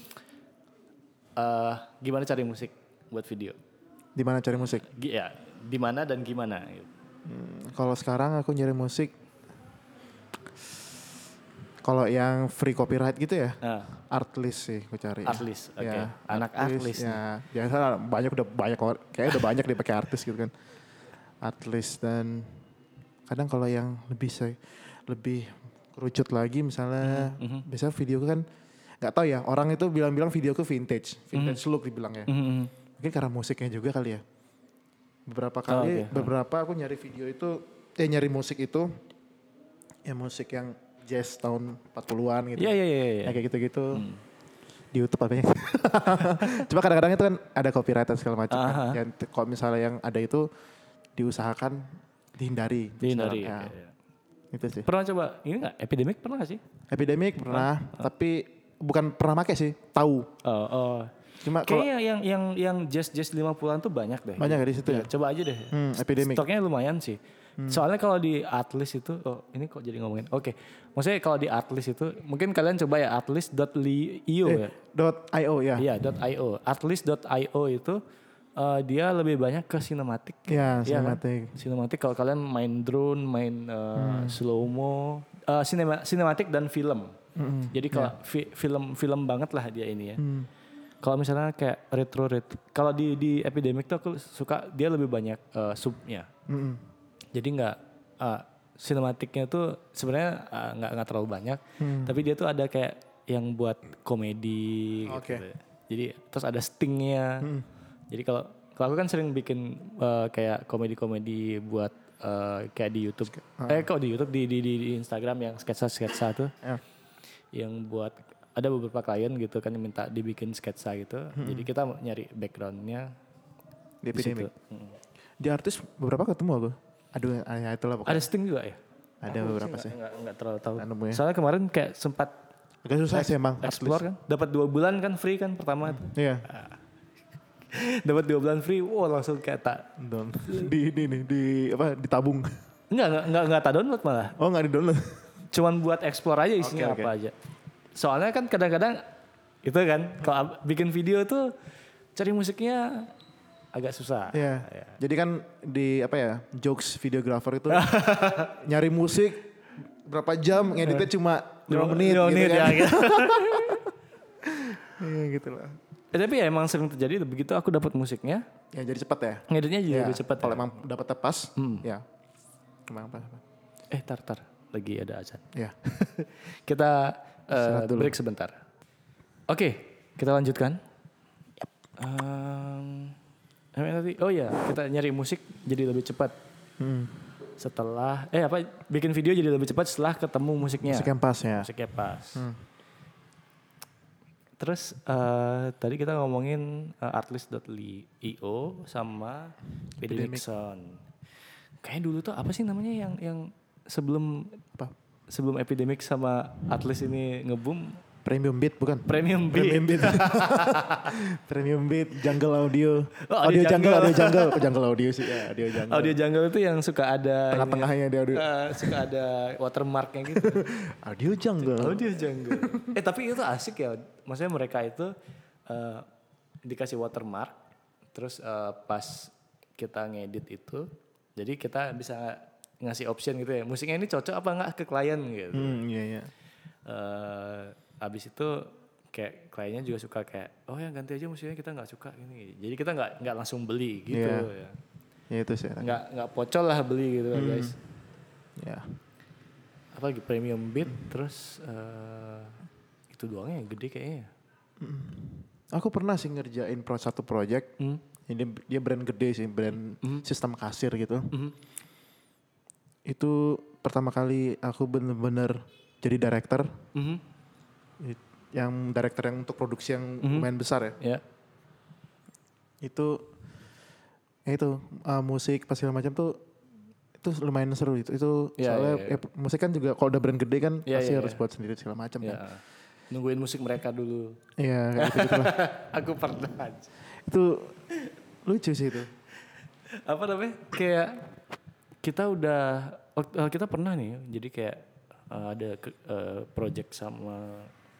eh gimana cari musik buat video? Di mana cari musik? Gi- Ya, di mana dan gimana? Gitu. Hmm, kalau sekarang aku nyari musik, kalau yang free copyright gitu ya, Nah, artlist sih aku cari. Artlist, oke. Ya, Anak artlist ya. Biasa banyak udah banyak or- kayaknya udah banyak dipakai artis gitu kan. Artlist dan kadang kalau yang lebih saya lebih kerucut lagi misalnya, Mhm, biasa video kan nggak tahu ya, orang itu bilang-bilang videoku vintage, vintage look dibilangnya. mhm. Mungkin karena musiknya juga kali ya. Beberapa kali, oke. beberapa aku nyari video itu, eh nyari musik itu, ya musik yang jazz tahun empat puluhan gitu. Iya iya iya iya. Ya kayak gitu-gitu. Di YouTube apa ya. Cuma kadang-kadang itu kan ada copyright dan segala macam kan. Aha. Yang t- kalau misalnya yang ada itu diusahakan dihindari. Dihindari. Misalnya, Oke, ya, iya. itu sih. Pernah coba ini nggak epidemic pernah nggak sih? Epidemic pernah, tapi bukan pernah pakai sih, tahu. Oh, oh. Cuma kalau Kayaknya yang yang yang jazz jazz lima puluhan tuh banyak deh. banyak ya di situ Ya, ya. coba aja deh. Hmm, Epidemic. Stoknya lumayan sih. Soalnya kalau di Artlist itu, oh ini kok jadi ngomongin. Oke, maksudnya kalau di Artlist itu, mungkin kalian coba ya artlist dot io Eh, ya. dot .io ya. Iya, .io. artlist dot io itu eh, dia lebih banyak ke sinematik. Ya, Iya kan? cinematic. Sinematik kalau kalian main drone, main uh, Hmm. slow mo, uh, sinema, sinematik dan film. Mm-mm. Jadi kalau fi- film film banget lah dia ini ya. Hmm. Kalau misalnya kayak retro retro, kalau di di Epidemic tuh aku suka dia lebih banyak uh, subnya. Mm-mm. Jadi nggak uh, sinematiknya tuh sebenarnya uh, nggak nggak terlalu banyak, Hmm. tapi dia tuh ada kayak yang buat komedi Oke. gitu. Jadi terus ada stingnya. Hmm. Jadi kalau kalau aku kan sering bikin uh, kayak komedi-komedi buat uh, kayak di YouTube. Eh kok di YouTube di di di, di Instagram yang sketsa-sketsa tuh. Ya. Yang buat ada beberapa klien gitu kan yang minta dibikin sketsa gitu. Jadi kita nyari backgroundnya Di di situ. Epidemic. Mm. Di artis beberapa ketemu aku. Aduh, ya itulah pokoknya. Ada sting juga ya? Ada Aku beberapa sih. Enggak enggak terlalu tahu. Nggak nemu ya. Soalnya kemarin kayak sempat Agak susah sih emang. explore kan. Dapat dua bulan kan free kan pertama tuh. Iya. Dapat dua bulan free. Wow langsung kayak tak. Down. Di ini nih, di apa? Ditabung. Enggak enggak enggak enggak tak download malah. Oh, nggak di download. Cuman buat explore aja isinya Oke, oke. apa aja. Soalnya kan kadang-kadang itu kan kalau ab- bikin video tuh cari musiknya agak susah. Iya. Ya. Jadi kan di apa ya? Jokes videographer itu nyari musik berapa jam, ngeditnya cuma lima menit Lima gitu menit kan. ya, gitu. Iya gitu lah. Eh, tapi ya emang sering terjadi begitu aku dapat musiknya, Ya jadi cepat ya. ngeditnya juga Ya, lebih cepat. kalau ya. emang dapatnya pas, Hmm. ya. Emang pas. Eh tar tar lagi ada azan. Ya. Kita eh, Istirahat dulu. break sebentar. Oke, kita lanjutkan. Ehm, apa yang tadi? Oh ya, kita nyari musik jadi lebih cepat Hmm. setelah eh apa bikin video jadi lebih cepat setelah ketemu musiknya. Musik yang pas ya. Musiknya pas. Hmm. Terus eh, tadi kita ngomongin uh, artlist dot io sama Epidemic Epidemic. Sound. Kayaknya dulu tuh apa sih namanya yang yang sebelum Apa? sebelum Epidemic sama Artlist ini ngebum Premium Beat bukan? Premium Beat. Premium Beat. Premium Beat, Jungle Audio. Oh, audio, Audio Jungle, Jungle. Audio Jungle. Oh, Jungle Audio sih ya, Audio Jungle. Audio Jungle itu yang suka ada Tengah-tengahnya dia audio. eh, suka ada watermarknya gitu. Audio Jungle. Audio Jungle. Eh tapi itu asik ya. Maksudnya mereka itu eh, dikasih watermark terus eh, pas kita ngedit itu jadi kita bisa ngasih option gitu ya. Musiknya ini cocok apa enggak ke klien gitu. Hmm, iya iya. Eh, abis itu kayak kliennya juga suka kayak oh ya ganti aja musiknya kita nggak suka ini jadi kita nggak nggak langsung beli gitu Iya. ya Ya itu sih. nggak nggak pocol lah beli gitu lah Hmm. guys Ya. apa lagi premium beat terus eh, itu doang yang gede kayaknya Aku pernah sih ngerjain pro satu project. hmm? Ini dia brand gede sih, brand Mhm. sistem kasir gitu. Mhm. Itu pertama kali aku bener-bener jadi director. Mhm. It- Yang director yang untuk produksi yang Mhm. lumayan besar ya. Ya Itu ya itu uh, musik pas segala macam tuh itu lumayan seru itu. Itu Ya, soalnya ya, ya. eh, musik kan juga kalau udah brand gede kan Ya, pasti ya, harus ya. buat sendiri segala macam Ya. kan. Nungguin musik mereka dulu. Iya kayak gitu lah. Aku pernah. Itu lucu sih itu. Apa namanya? Kayak kita udah oh, kita pernah nih. Jadi kayak uh, ada uh, project sama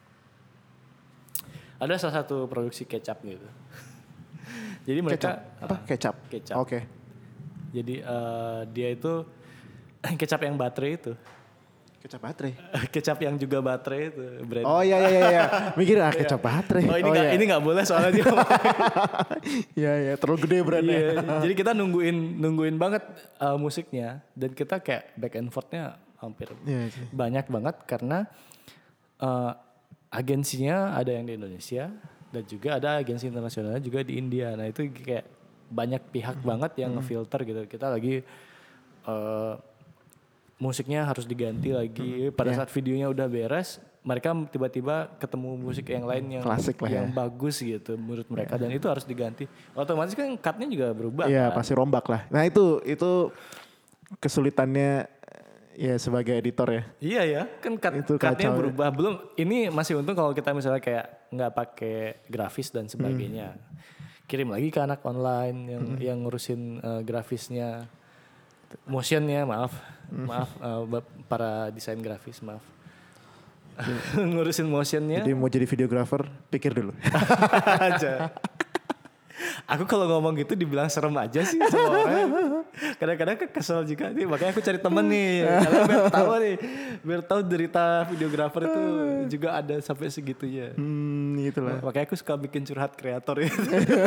ada salah satu produksi kecap gitu. Jadi mereka Kecap. Apa? Kecap. Kecap. Oke. Jadi uh, dia itu kecap yang baterai itu. Kecap baterai. Kecap yang juga baterai itu brand. Oh iya iya iya. Mikir ah kecap baterai. Oh ini oh, nggak iya. ini nggak boleh soalnya dia. Iya iya terlalu gede brandnya. Iya, jadi kita nungguin nungguin banget uh, musiknya dan kita kayak back and forthnya hampir Iya sih. banyak banget karena uh, agensinya ada yang di Indonesia dan juga ada agensi internasionalnya juga di India. Nah itu kayak banyak pihak Hmm. banget yang ngefilter gitu. Kita lagi uh, musiknya harus diganti lagi. Pada yeah. saat videonya udah beres, mereka tiba-tiba ketemu musik yang lain yang Klasik lah yang ya. bagus gitu menurut mereka dan itu harus diganti. Otomatis kan cutnya juga berubah. Iya kan? pasti rombak lah. Nah itu itu kesulitannya ya sebagai editor ya. Iya ya, kan cut, Itu cutnya kacau ya. berubah. Belum, ini masih untung kalau kita misalnya kayak nggak pakai grafis dan sebagainya. Kirim lagi ke anak online yang yang ngurusin uh, grafisnya, motionnya, maaf, maaf uh, bap- para desain grafis, maaf. Ngurusin motionnya. Jadi mau jadi videographer pikir dulu. aja. Aku kalau ngomong gitu dibilang serem aja sih sama orang. Kadang-kadang kesel juga nih, makanya aku cari temen nih. Karena biar tahu nih, biar tahu derita videografer itu juga ada sampai segitunya. Hmm gitu lah. Makanya aku suka bikin curhat kreator ya.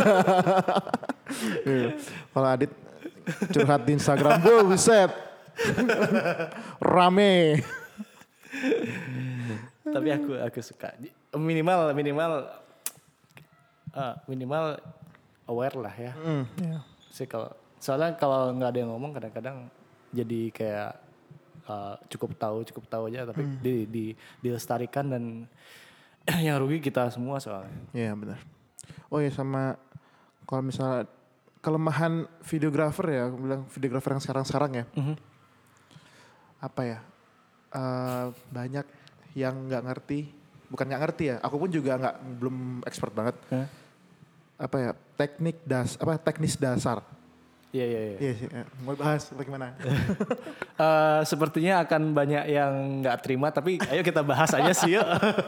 Kalau Adit curhat di Instagram, gue buset. Rame. Tapi aku aku suka minimal minimal uh, minimal aware lah ya. Hmm, ya. Sih kalau soalnya kalau nggak ada yang ngomong kadang-kadang jadi kayak uh, cukup tahu cukup tahu aja tapi Hmm. di, di dilestarikan dan yang rugi kita semua soalnya. Iya benar. Oh ya sama kalau misalnya kelemahan videographer ya, aku bilang videographer yang sekarang-sekarang ya. Mhm. Apa ya? Uh, banyak yang nggak ngerti, bukan nggak ngerti ya. Aku pun juga nggak belum expert banget. Hah? Apa ya? Teknik das, apa teknis dasar. Iya iya iya. Iya sih. Mau bahas bagaimana? Eh, sepertinya akan banyak yang nggak terima tapi ayo kita bahas aja sih yuk.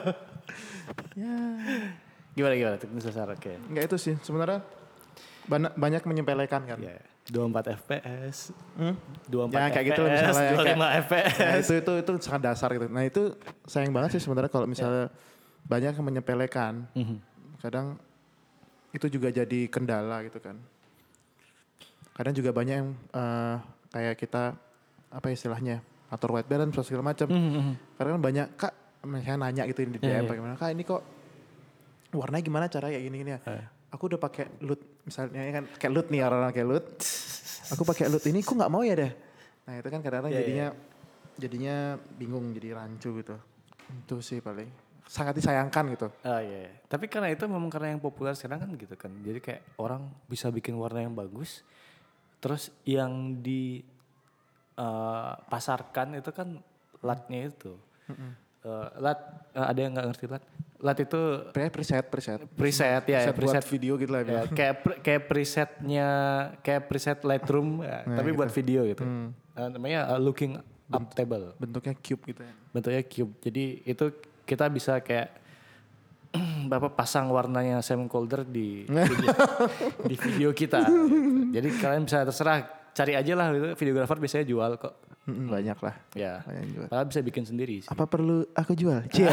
Ya. Gimana gimana teknis dasar oke. Nggak itu sih. Sebenarnya banyak, banyak menyepelekan kan. Ya, dua puluh empat F P S. Hmm? dua puluh empat Ya, kayak gitu lah F P S, misalnya, dua puluh lima F P S. Nah, itu itu itu sangat dasar gitu. Nah itu sayang banget sih sebenarnya kalau misalnya banyak yang menyepelekan. Mhm. Kadang itu juga jadi kendala gitu kan. Kadang juga banyak yang eh, kayak kita apa istilahnya atur white balance segala macam. Mhm. Karena kan banyak kak, misalnya nanya gitu di D M Iya, iya. bagaimana kak ini kok warnanya gimana cara kayak gini-gini ya. Eh. Aku udah pakai LUT misalnya kan kayak LUT nih orang-orang kayak LUT. Aku pakai LUT ini kok nggak mau ya deh. Nah itu kan kadang-kadang Iya, jadinya jadinya bingung jadi rancu gitu. Itu sih paling sangat disayangkan gitu. Oh iya, iya. Tapi karena itu memang karena yang populer sekarang kan gitu kan. Jadi kayak orang bisa bikin warna yang bagus. Terus yang di eh, pasarkan itu kan latnya itu. Eh, lat eh, ada yang nggak ngerti lat? Lat itu Pre preset preset. preset ya, Preset preset buat video gitu lah. ya, kayak pre- kayak presetnya kayak preset Lightroom ya, Nah, tapi gitu. buat video gitu. Hmm. Eh, namanya eh, looking up table. Bentuknya cube gitu ya. Bentuknya cube. Jadi itu kita bisa kayak Bapak pasang warnanya Sam Colder di video, di video kita. Gitu. Jadi kalian bisa terserah cari aja lah gitu. Videografer biasanya jual kok. Mm-mm, banyak lah. Ya. Banyak yang jual. Padahal bisa bikin sendiri sih. Apa perlu aku jual? Cia.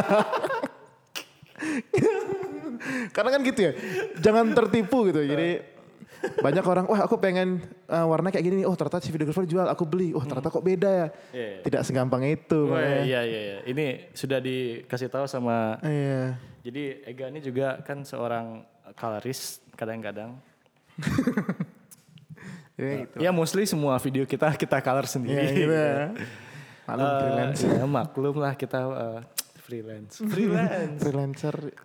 Karena kan gitu ya. Jangan tertipu gitu. Jadi banyak orang, wah aku pengen uh, warna kayak gini nih. Oh ternyata si videografer jual, aku beli. Oh ternyata kok beda ya. Iya. Tidak segampang itu. Oh, makanya. iya iya iya. Ini sudah dikasih tahu sama. Iya. Jadi Ega ini juga kan seorang colorist kadang-kadang. Ya, gitu. Ya mostly semua video kita kita color Ya, sendiri. gitu ya. Maklum Eh, freelance. ya, maklum lah kita eh, freelance. Freelance. Freelancer.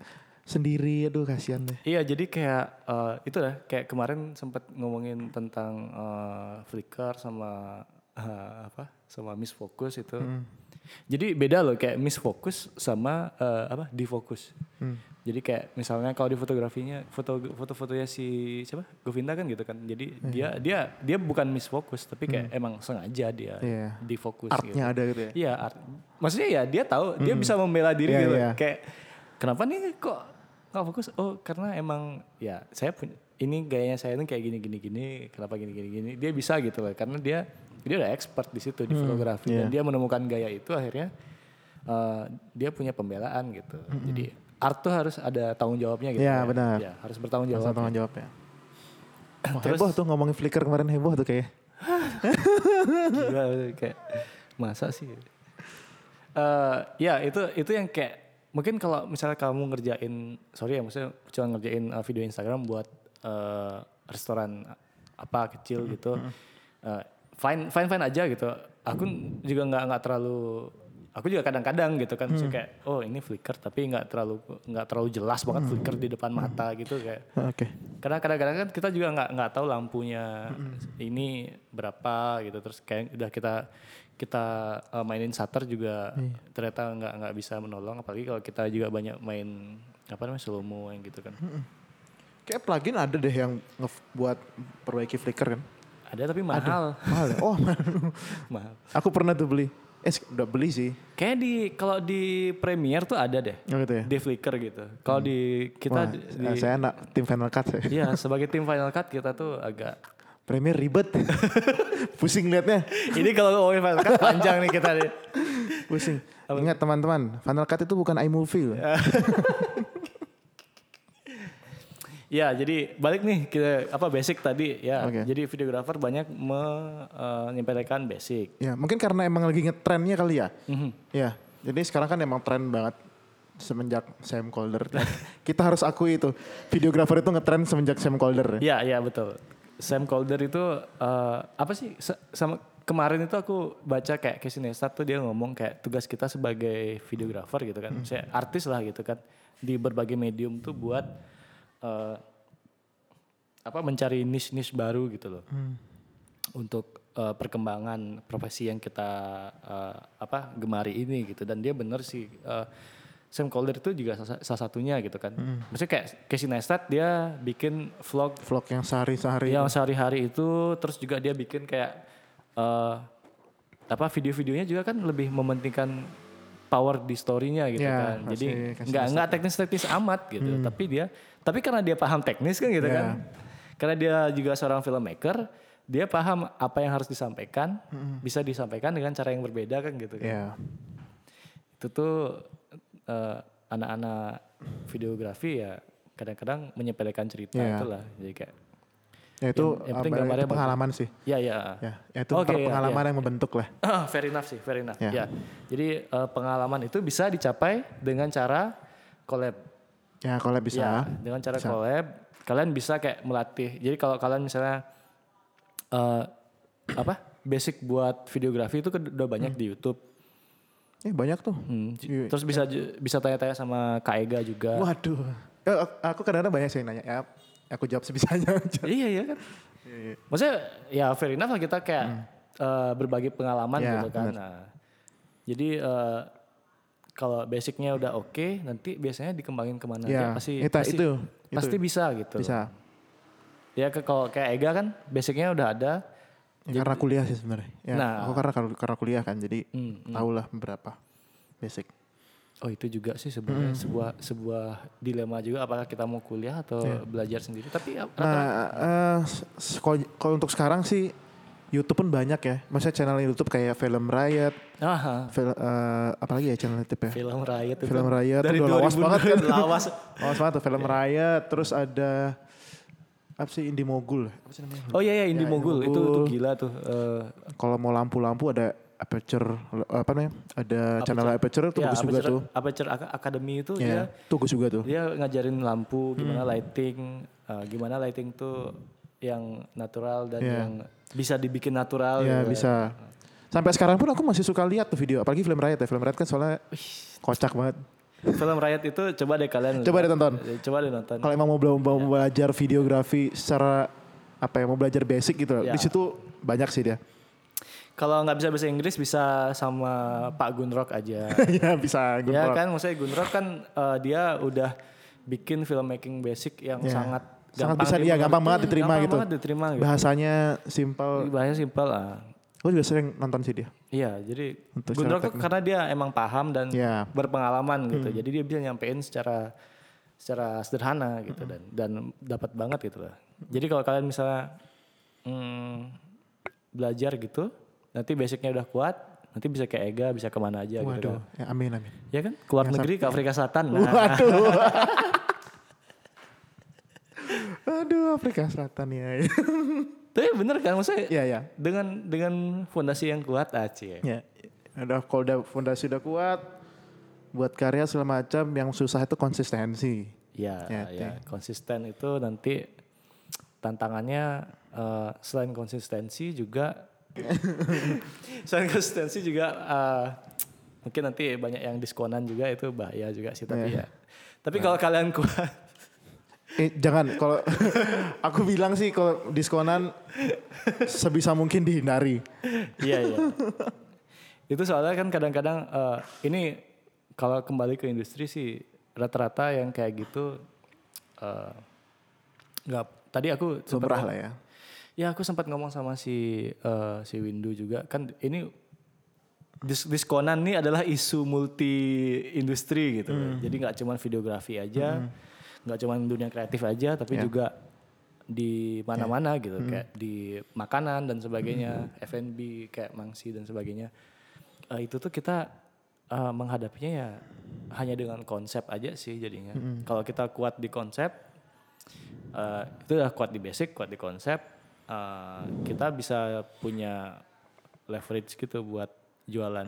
sendiri, aduh kasihan deh. Iya, jadi kayak uh, itu lah, kayak kemarin sempat ngomongin tentang uh, Flickr sama uh, apa, sama Miss Focus itu. Hmm. Jadi beda loh, kayak Miss Focus sama uh, apa, Defocus. Hmm. Jadi kayak misalnya kalau di fotografinya, foto foto-fotonya si siapa, Govinda kan gitu kan. Jadi hmm. dia dia dia bukan Miss Focus, tapi kayak hmm. emang sengaja dia yeah. Defocus. Artnya gitu. ada gitu ya. Iya, art. Maksudnya ya dia tahu, hmm. dia bisa membela diri yeah, gitu. Yeah. Kayak kenapa nih kok nggak fokus? Oh karena emang ya saya punya ini gayanya saya tuh kayak gini gini gini. Kenapa gini gini gini? Dia bisa gitu loh, karena dia dia udah expert di situ di hmm, fotografi yeah. dan dia menemukan gaya itu akhirnya uh, dia punya pembelaan gitu. Hmm. Jadi art tuh harus ada tanggung jawabnya gitu. Iya ya, benar. Ya, harus bertanggung jawab. Harus bertanggung jawab ya. Oh, terus heboh tuh ngomongin Flickr kemarin, heboh tuh kayak. Gila kayak masa sih? Uh, ya itu itu yang kayak mungkin kalau misalnya kamu ngerjain, sorry ya maksudnya cuma ngerjain uh, video Instagram buat uh, restoran apa kecil mm-hmm. gitu, uh, fine fine fine aja gitu. Aku juga nggak nggak terlalu, aku juga kadang-kadang gitu kan, hmm. kayak oh ini Flickr tapi nggak terlalu nggak terlalu jelas banget hmm. Flickr di depan mata gitu kayak. Oke. Okay. Karena kadang-kadang kan kita juga nggak nggak tahu lampunya hmm. ini berapa gitu, terus kayak udah kita kita uh, mainin shutter juga hmm. ternyata nggak nggak bisa menolong, apalagi kalau kita juga banyak main apa namanya slow mo yang gitu kan. Hmm. Kayak plugin ada deh yang buat perbaiki Flickr kan? Ada tapi mahal. Ada. Mahal ya? Oh mahal. Aku pernah tuh beli. Eh udah beli sih. Kayak di kalau di Premiere tuh ada deh. Oh gitu ya? Di Flickr gitu. Kalau hmm. di kita Wah, di, saya anak tim Final Cut saya. Iya, sebagai tim Final Cut kita tuh agak Premiere ribet. Pusing liatnya. Ini kalau ngomongin Final Cut panjang nih kita nih. Pusing. Ingat teman-teman, Final Cut itu bukan iMovie. Ya, jadi balik nih kita apa basic tadi ya. Okay. Jadi videografer banyak menyampaikan uh, basic. Ya, mungkin karena emang lagi ngetrennya kali ya. Mm-hmm. Ya, jadi sekarang kan emang tren banget semenjak Sam Calder. Kita harus akui itu. Videografer itu ngetren semenjak Sam Calder. Iya, iya betul. Sam Calder itu uh, apa sih sama kemarin itu aku baca kayak Casey Neistat tuh dia ngomong kayak tugas kita sebagai videografer gitu kan. Mm. Saya artis lah gitu kan di berbagai medium tuh buat Uh, apa mencari niche-niche baru gitu loh hmm. untuk uh, perkembangan profesi yang kita uh, apa gemari ini gitu, dan dia bener sih uh, Sam Calder itu juga salah, salah satunya gitu kan. Hmm. Maksudnya kayak Casey Neistat dia bikin vlog vlog yang sehari-hari yang sehari-hari itu, terus juga dia bikin kayak uh, apa video-videonya juga kan lebih mementingkan power di story-nya gitu ya, kan. Jadi nggak nggak teknis-teknis amat gitu, hmm. tapi dia tapi karena dia paham teknis kan gitu ya. Kan. Karena dia juga seorang filmmaker, dia paham apa yang harus disampaikan, hmm. bisa disampaikan dengan cara yang berbeda kan gitu kan. Ya. Itu tuh uh, anak-anak videografi ya kadang-kadang menyepelekan cerita ya. Itulah. Jadi kayak ya itu, yang, yang itu pengalaman bagus. Sih. Ya ya. Ya, ya itu okay, pengalaman ya, yang membentuk lah. Uh, fair enough sih, fair enough. Ya. Ya. Jadi uh, pengalaman itu bisa dicapai dengan cara collab. Ya collab bisa. Ya, dengan cara bisa. collab kalian bisa kayak melatih. Jadi kalau kalian misalnya uh, apa basic buat videografi itu udah banyak hmm. di YouTube. Eh banyak tuh. Hmm. Terus bisa bisa tanya-tanya sama Kak Ega juga. Waduh. Ya, aku kadang-kadang banyak sih nanya. Ya, aku jawab sebisanya aja. Iya iya kan. Maksudnya ya fair enough lah kita kayak hmm. uh, berbagi pengalaman ya, gitu kan. Nah, jadi uh, kalau basicnya udah oke, okay, nanti biasanya dikembangin kemana ya, aja pasti itu, pasti, itu, pasti itu. bisa gitu. Bisa. Ya kalau kayak Ega kan basicnya udah ada. Ya, jadi, karena kuliah sih sebenarnya. Ya, nah, aku karena karena kuliah kan, jadi hmm, hmm. tahulah beberapa basic. Oh itu juga sih sebenarnya hmm. sebuah sebuah dilema juga, apakah kita mau kuliah atau ya. Belajar sendiri. Tapi nah, uh, kalau untuk sekarang sih YouTube pun banyak ya. Maksudnya channel YouTube kayak Film Riot. Aha. Film, uh, apalagi ya channel YouTube ya? Film Riot itu. Film Riot dari itu udah lawas banget kan. Lawas. Lawas banget tuh Film Riot. Terus ada apa sih Indie Mogul. Apa sih namanya? Oh iya iya Indie ya, Mogul. Itu, itu gila tuh. Uh, Kalau mau lampu-lampu ada Aperture apa namanya? Ada Aperture. Channel Aperture tuh ya, bagus Aperture, juga tuh. Aperture Academy itu ya, dia tuh bagus juga tuh. Dia ngajarin lampu, gimana hmm. lighting, uh, gimana lighting tuh yang natural dan yeah. yang bisa dibikin natural. Ya gitu. Bisa. Sampai sekarang pun aku masih suka lihat tuh video, apalagi Film Riot ya. Film Riot kan soalnya kocak banget. Film Riot itu coba deh kalian. Coba deh tonton. Coba deh nonton. Kalau emang mau, bela- mau belajar videografi secara apa ya, mau belajar basic gitu. Ya. Di situ banyak sih dia. Kalau nggak bisa bahasa Inggris bisa sama Pak Gunrock aja. Ya bisa. Good Ya work. kan, maksudnya Gunrock kan uh, dia udah bikin filmmaking basic yang Ya. sangat Sangat gampang bisa, iya gampang banget diterima gampang gitu. banget diterima gitu. Bahasanya simple. Bahasa simpel lah. Gue juga sering nonton sih dia. Iya, jadi Untuk Gunrock secara tuh karena dia emang paham dan Ya. berpengalaman gitu. Jadi dia bisa nyampein secara secara sederhana gitu dan dan dapat banget gitu lah. Jadi kalau kalian misalnya hmm, belajar gitu, nanti basicnya udah kuat, nanti bisa ke Ega, bisa kemana aja gitu Waduh, kan. ya, amin amin. Ya kan, keluar Ya, negeri ke Afrika Selatan. Nah, Waduh. Aduh, Afrika Selatan ya. tapi bener kan, maksudnya Iya ya. dengan dengan fondasi yang kuat aja. Ya. Udah kalau udah fondasi udah kuat, buat karya segala macam, yang susah itu konsistensi. Ya, Ya, ya, konsisten itu nanti tantangannya eh, selain konsistensi juga selain konsistensi juga eh, mungkin nanti banyak yang diskonan juga, itu bahaya juga sih tapi ya. Tapi kalau kalian kuat Eh jangan, kalau aku bilang sih kalau diskonan sebisa mungkin dihindari. iya iya. Itu soalnya kan kadang-kadang eh, ini kalau kembali ke industri sih rata-rata yang kayak gitu eh, nggak. Tadi aku sempat Lumrah lah ya. Ya aku sempat ngomong sama si eh, si Windu juga kan, ini dis- diskonan nih adalah isu multi industri gitu. Jadi nggak cuma videografi aja, nggak cuma dunia kreatif aja, tapi Ya. juga di mana-mana gitu, kayak di makanan dan sebagainya, F and B kayak mangsi dan sebagainya. Eh, itu tuh kita eh, menghadapinya ya hanya dengan konsep aja sih jadinya. Kalau kita kuat di konsep, eh, itu udah kuat di basic, kuat di konsep, eh, kita bisa punya leverage gitu buat jualan.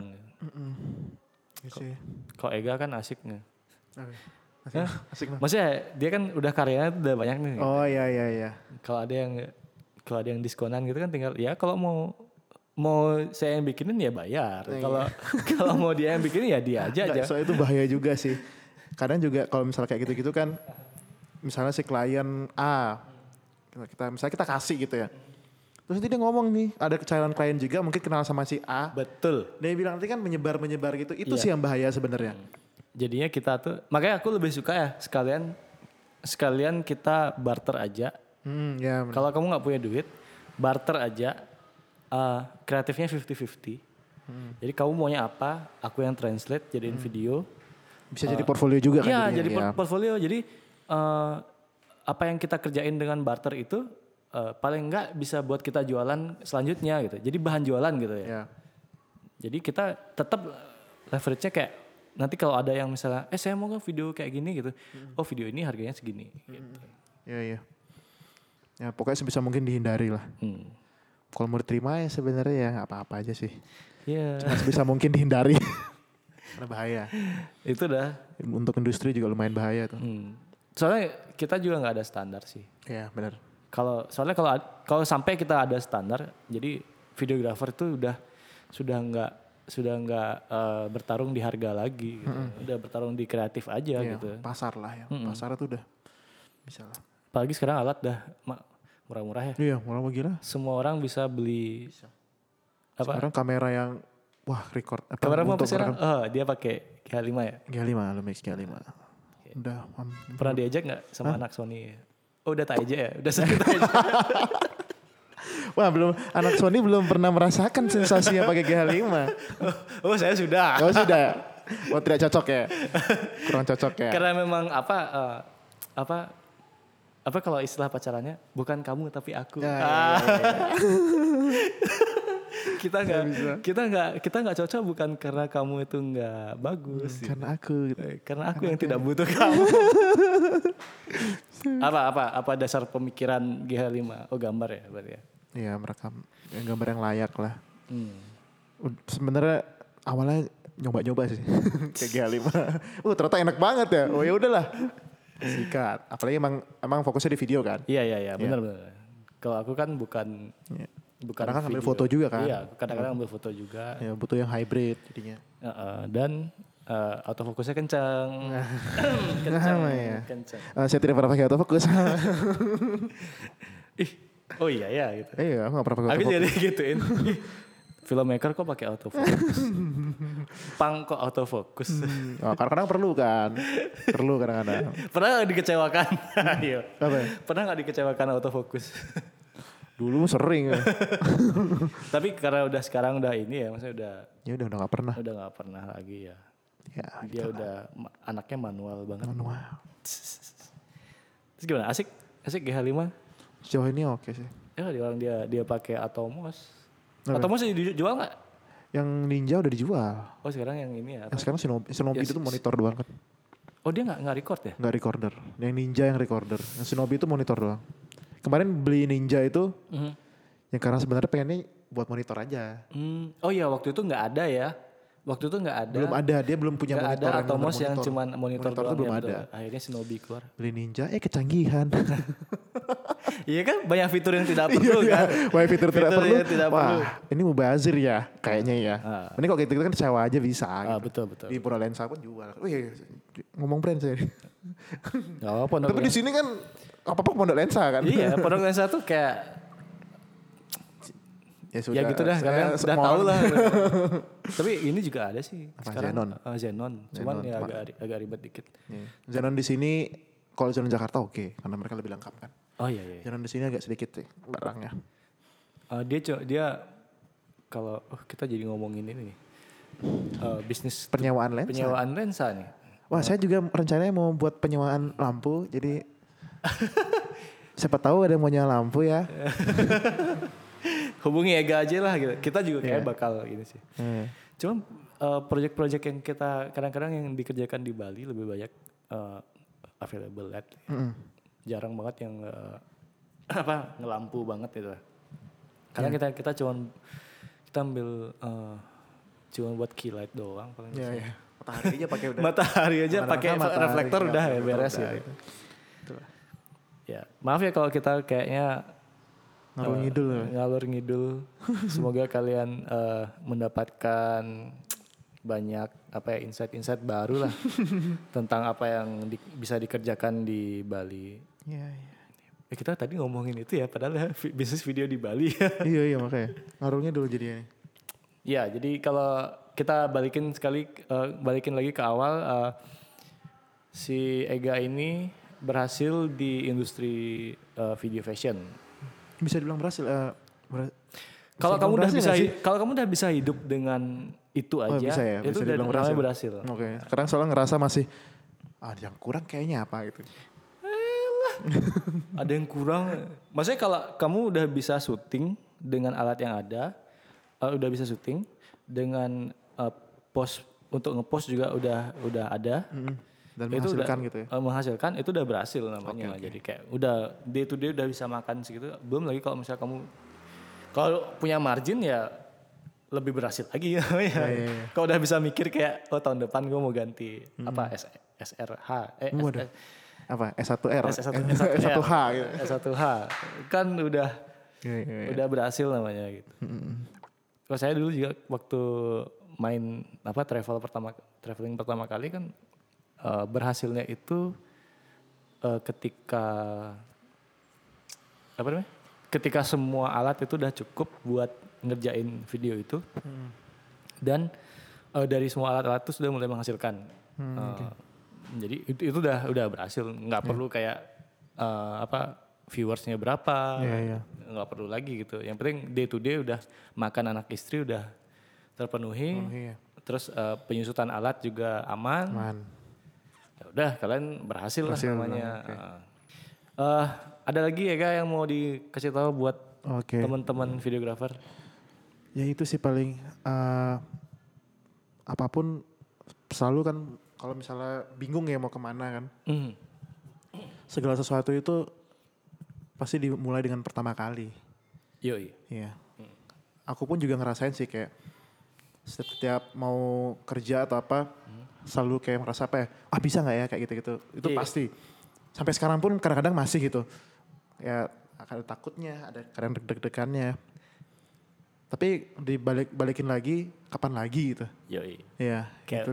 Kalau Ega kan asik nih. Asik, asik banget. Maksudnya dia kan udah karyanya udah banyak nih. Oh iya iya iya. Kalau ada yang kalau ada yang diskonan gitu kan tinggal ya kalau mau mau saya yang bikinin ya bayar. Kalau kalau mau dia yang bikinin ya dia aja aja. Nggak, soalnya itu bahaya juga sih. Kadang juga kalau misalnya kayak gitu-gitu kan, misalnya si klien A, kita, kita misalnya kita kasih gitu ya. Terus nanti dia ngomong nih, ada calon klien juga mungkin kenal sama si A. Betul. Dia bilang nanti kan menyebar-menyebar gitu. Itu Iya. sih yang bahaya sebenarnya. Jadinya kita tuh makanya aku lebih suka ya sekalian sekalian kita barter aja. Hmm, ya. bener. Kalau kamu nggak punya duit, barter aja. Uh, kreatifnya fifty fifty. Jadi kamu maunya apa, aku yang translate jadiin video. Bisa jadi portfolio juga kan. Iya, jadinya, jadi ya. port- portfolio. Jadi uh, apa yang kita kerjain dengan barter itu uh, paling enggak bisa buat kita jualan selanjutnya gitu. Jadi bahan jualan gitu ya. Ya. Jadi kita tetap leverage-nya kayak nanti kalau ada yang misalnya, eh saya mau nggak video kayak gini gitu. Oh video ini harganya segini. Gitu. Iya iya. Ya pokoknya sebisa mungkin dihindari lah. Hmm. Kalau mau diterima ya sebenarnya ya nggak apa-apa aja sih. Ya Cuma sebisa mungkin dihindari. Karena bahaya. itu dah. Untuk industri juga lumayan bahaya tuh. Hmm. Soalnya kita juga nggak ada standar sih. Iya benar. Kalau soalnya kalau ad- kalau sampai kita ada standar, jadi videografer itu udah sudah nggak sudah nggak uh, bertarung di harga lagi, gitu. Udah bertarung di kreatif aja Iya, gitu. pasar lah ya. Pasar itu udah bisa lah. Apalagi sekarang alat dah ma- murah-murah ya. Iya, murah gila. Semua orang bisa beli apa? Sekarang kamera yang wah record apa Kamera apa untuk sekarang? merekam- Oh, dia pakai G H lima ya. G H lima, Lumix G H lima. Udah um, Pernah diajak nggak sama anak Sony? Oh, udah tak aja ya. Udah sering tak aja. wah belum anak Sony belum pernah merasakan sensasinya pakai G H lima. Oh, saya sudah. Oh sudah. Oh tidak cocok ya. Kurang cocok ya. Karena memang apa eh, apa apa kalau istilah pacarannya bukan kamu tapi aku. Ya, ya, Ah. ya, ya. kita nggak kita nggak kita nggak cocok bukan karena kamu itu nggak bagus gitu. Karena aku gitu. Eh, karena aku yang tidak butuh kamu. apa apa apa dasar pemikiran G H lima? Oh gambar ya berarti ya. Iya merekam yang gambar yang layak lah. Hmm. Ud- Sebenarnya awalnya nyoba-nyoba sih kayak G H lima. Uh ternyata enak banget ya. Oh ya udahlah. Sikat. Apalagi emang emang fokusnya di video kan. Iya iya iya benar benar. Kalau aku kan bukan Iya. bukan Kadang kan ambil video. foto juga kan. Iya kadang-kadang ambil foto juga. Ya butuh yang hybrid jadinya. Uh, uh, dan uh, autofokusnya kencang. kencang, Sama ya. kencang. Uh, saya tidak pernah pakai autofocus. Ih, oh iya ya gitu. Iya, aku gak pernah pakai Aku autofocus. jadi gituin. Ih, filmmaker kok pakai autofokus? Pang kok autofokus? Hmm. Oh, kadang-kadang perlu kan. Perlu kadang-kadang. Pernah gak dikecewakan? Ayo. Apa ya? Pernah gak dikecewakan autofokus? Dulu sering ya. Tapi karena udah sekarang udah ini ya, maksudnya udah Ya udah udah gak pernah. udah nggak pernah lagi ya. Ya, Dia udah ma- anaknya manual banget. manual. Terus gimana? Asik? Asik G H lima? Sejauh ini oke sih. Ya dia orang dia dia pakai Atomos. Apa? Atomos dijual nggak? Yang Ninja udah dijual. Oh sekarang yang ini ya? Yang sekarang Shinobi, Shinobi Ya, itu si- monitor doang kan. Oh dia nggak nggak record ya? Nggak recorder. Yang Ninja yang recorder. Yang Shinobi itu monitor doang. Kemarin beli Ninja itu Mhm. yang karena sebenarnya pengennya buat monitor aja. Hmm. Oh iya waktu itu nggak ada ya? Waktu itu nggak ada. Belum ada, dia belum punya Nggak monitor ada yang Atomos bener-bener yang monitor. cuman monitor, Monitor doang tuh belum ya, ada. betul. Akhirnya Shinobi keluar. Beli Ninja, eh kecanggihan. Iya kan banyak fitur yang tidak perlu kan? Wah fitur tidak Fitur perlu. yang tidak Wah perlu. ini mubazir ya kayaknya ya. Ah. Ini kalau gitu kan sewa aja bisa. Ah, gitu. betul betul. Di Pura Lensa pun jual. Wih, ngomong brand saya. Gak apa Pondok Tapi di Lensa. sini kan apa-apa Pondok Lensa kan. Iya Pondok Lensa tuh kayak Ya ya gitu dah saya kalian udah semua tahu orang- lah. Tapi ini juga ada sih Apa, sekarang. Zenon? Uh, Zenon. Cuman Zenon, ya cuma- agak agak ribet dikit. Iya. Zenon di sini kalau Zenon Jakarta oke karena mereka lebih lengkap kan. Oh iya iya. Zenon di sini agak sedikit sih barangnya. Uh, dia co- dia kalau oh, kita jadi ngomongin ini nih. Uh, bisnis Penyewaan lensa. penyewaan lensa nih. Wah saya juga rencananya mau buat penyewaan lampu jadi siapa tahu ada yang mau nyala lampu ya. Hubungi Ega aja lah gitu. Kita juga kayak Iya. bakal gini sih. Hmm. Cuma uh, project-project yang kita kadang-kadang yang dikerjakan di Bali lebih banyak uh, available L E D. Mm-mm. Jarang banget yang uh, apa ngelampu banget gitu. Karena Iya. kita kita cuman kita ambil uh, cuman buat key light doang paling Iya bisa. iya. Matahari aja pakai udah. Matahari aja Kemana-mana pakai matahari, reflektor ya, udah ya reflektor beres udah, gitu. Itulah. Ya, maaf ya kalau kita kayaknya Ngalur eh, ngidul ya. Ngalur ngidul. Semoga kalian eh, mendapatkan banyak apa ya insight-insight baru lah tentang apa yang di- bisa dikerjakan di Bali. Iya iya. Eh, kita tadi ngomongin itu ya, padahal vi- bisnis video di Bali. Iya iya makanya. Ngarungnya dulu jadinya nih. Ya, jadi kalau kita balikin sekali, eh, balikin lagi ke awal, eh, si Ega ini berhasil di industri eh, video fashion. Bisa dibilang berhasil. eh, ber- Kalau bisa kamu dibilang udah berhasil bisa, nggak sih? hi- kalau kamu udah bisa hidup dengan itu Oh, aja, bisa ya, itu bisa udah dibilang namanya berhasil. berhasil. Oke. Sekarang soalnya ngerasa masih ah yang kurang kayaknya apa gitu. Ada yang kurang. Maksudnya kalau kamu udah bisa syuting dengan alat yang ada, eh, udah bisa syuting dengan eh, post untuk ngepost juga udah udah ada. Mm-mm. Dan Itu menghasilkan udah, gitu ya. eh, menghasilkan itu udah berhasil namanya. Oke, oke. Jadi kayak udah day to day udah bisa makan segitu. Belum lagi kalau misalnya kamu kalau punya margin ya lebih berhasil lagi namanya. iya, iya. Kalau udah bisa mikir kayak oh tahun depan gue mau ganti apa S, SRH eh S- Waduh. Apa? S satu R? S satu S satu H gitu. S satu H kan udah Iya, iya, iya. udah berhasil namanya gitu. Mm-mm. Kalau saya dulu juga waktu main apa travel pertama traveling pertama kali kan eh, berhasilnya itu eh, ketika apa namanya? Ketika semua alat itu udah cukup buat ngerjain video itu Hmm. dan eh, dari semua alat-alat itu sudah mulai menghasilkan. Hmm, Eh, oke. Jadi itu, itu udah udah berhasil, nggak perlu kayak eh, apa viewersnya berapa, Iya, iya. nggak perlu lagi gitu. Yang penting day to day udah makan anak istri udah terpenuhi, Oh, iya. terus eh, penyusutan alat juga aman. Man. Ya udah kalian berhasil, Berhasil, lah namanya. oke. Eh, eh, ada lagi ya Ga yang mau dikasih tahu buat Oke. teman-teman videografer? Ya itu sih paling eh, apapun selalu kan kalau misalnya bingung ya mau kemana kan. Hmm. Segala sesuatu itu pasti dimulai dengan pertama kali. Yoi. Iya. Aku pun juga ngerasain sih kayak setiap mau kerja atau apa selalu kayak merasa apa ya, ah bisa nggak ya kayak gitu-gitu. Itu Iya. pasti. Sampai sekarang pun kadang-kadang masih gitu. Ya ada takutnya, ada kadang deg-degannya. Tapi dibalik balikin lagi, kapan lagi gitu. Yoi. Iya, Kayak gitu deh.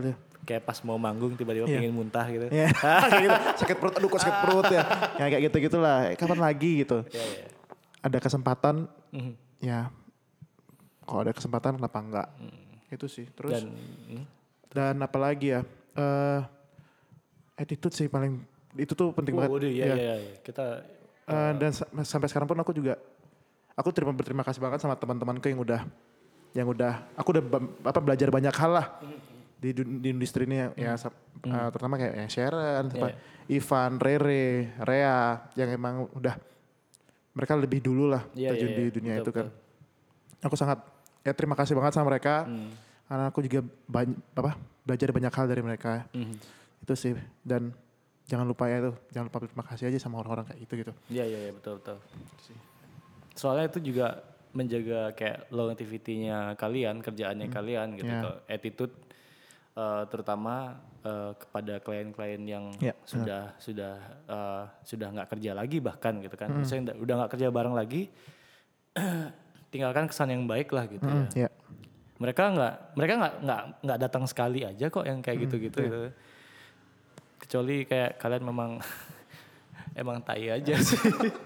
kayak pas mau manggung tiba-tiba Iya. pengen muntah gitu. Ya, kayak gitu. Sakit perut, aduh kok sakit perut ya. Ya kayak gitu-gitulah. Kapan lagi gitu. Iya, iya. Ada kesempatan, Mhm. ya kalau ada kesempatan kenapa enggak. Itu sih. Terus Dan hmm, dan apalagi ya, eh attitude sih paling, itu tuh penting banget. oh, udah, iya, Ya. iya, iya. Kita Eh, dan sa- sampai sekarang pun aku juga, aku terima berterima kasih banget sama teman-temanku yang udah, yang udah, aku udah ba- apa belajar banyak hal lah di, dun- di industri ini ya, ya sa- eh, terutama kayak ya Sharon, apa, Ivan, Rere, Rea, yang emang udah mereka lebih dulu lah Iya, terjun iya, di iya. dunia Betul, itu kan. betul. Aku sangat ya terima kasih banget sama mereka, Hmm. karena aku juga banyak apa belajar banyak hal dari mereka. Mhm. Itu sih, dan jangan lupa ya itu, jangan lupa berterima kasih aja sama orang-orang kayak gitu gitu. Iya, iya, iya, betul, betul. Soalnya itu juga menjaga kayak longevity-nya kalian, kerjaannya kalian gitu. Iya. Kalau attitude eh, terutama eh, kepada klien-klien yang Iya, sudah sudah eh, sudah nggak kerja lagi bahkan gitu kan. Hmm. Misalnya nggak- udah nggak kerja bareng lagi, tinggalkan kesan yang baik lah gitu Hmm, ya. ya. Mereka nggak mereka nggak nggak nggak datang sekali aja kok yang kayak gitu-gitu iya. gitu. Kecuali kayak kalian memang emang tai aja sih.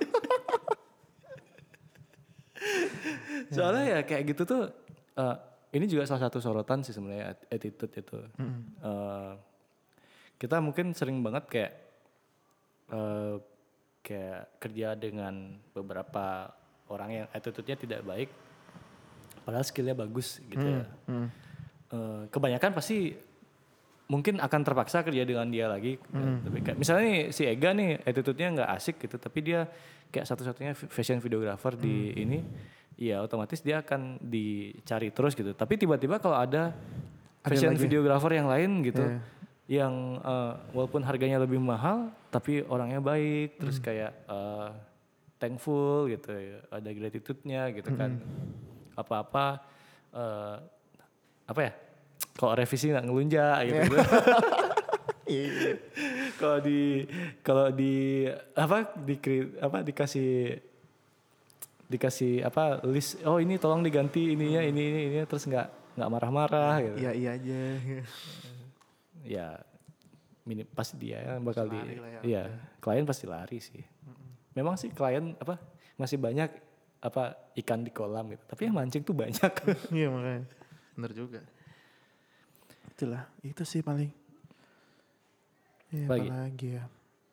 Soalnya ya kayak gitu tuh eh, ini juga salah satu sorotan sih sebenarnya at- attitude itu. Eh, kita mungkin sering banget kayak eh, kayak kerja dengan beberapa orang yang attitude-nya tidak baik, padahal skillnya bagus gitu ya. Eh, kebanyakan pasti mungkin akan terpaksa kerja dengan dia lagi. Tapi kayak misalnya nih si Ega nih attitude-nya nggak asik gitu, tapi dia kayak satu-satunya fashion videographer di ini, ya otomatis dia akan dicari terus gitu. Tapi tiba-tiba kalau ada fashion lagi. videographer yang lain gitu, Iya. yang eh, walaupun harganya lebih mahal, tapi orangnya baik, terus kayak eh, thankful gitu, ya, ada gratitude-nya gitu kan. Apa-apa eh, apa ya? Kalau revisi nggak ngelunjak gitu. Iya. Kalau di kalau di apa di apa dikasih dikasih apa list, oh ini tolong diganti ininya ini ini ini terus nggak nggak marah-marah gitu. Iya iya aja. Ya mini, pasti dia yang bakal di lari lah ya. iya klien pasti lari sih. Memang sih klien apa masih banyak apa ikan di kolam gitu, tapi yang mancing tuh banyak. Iya makanya. Bener juga. Itulah, itu sih paling. Ya, apa Lagi? lagi ya?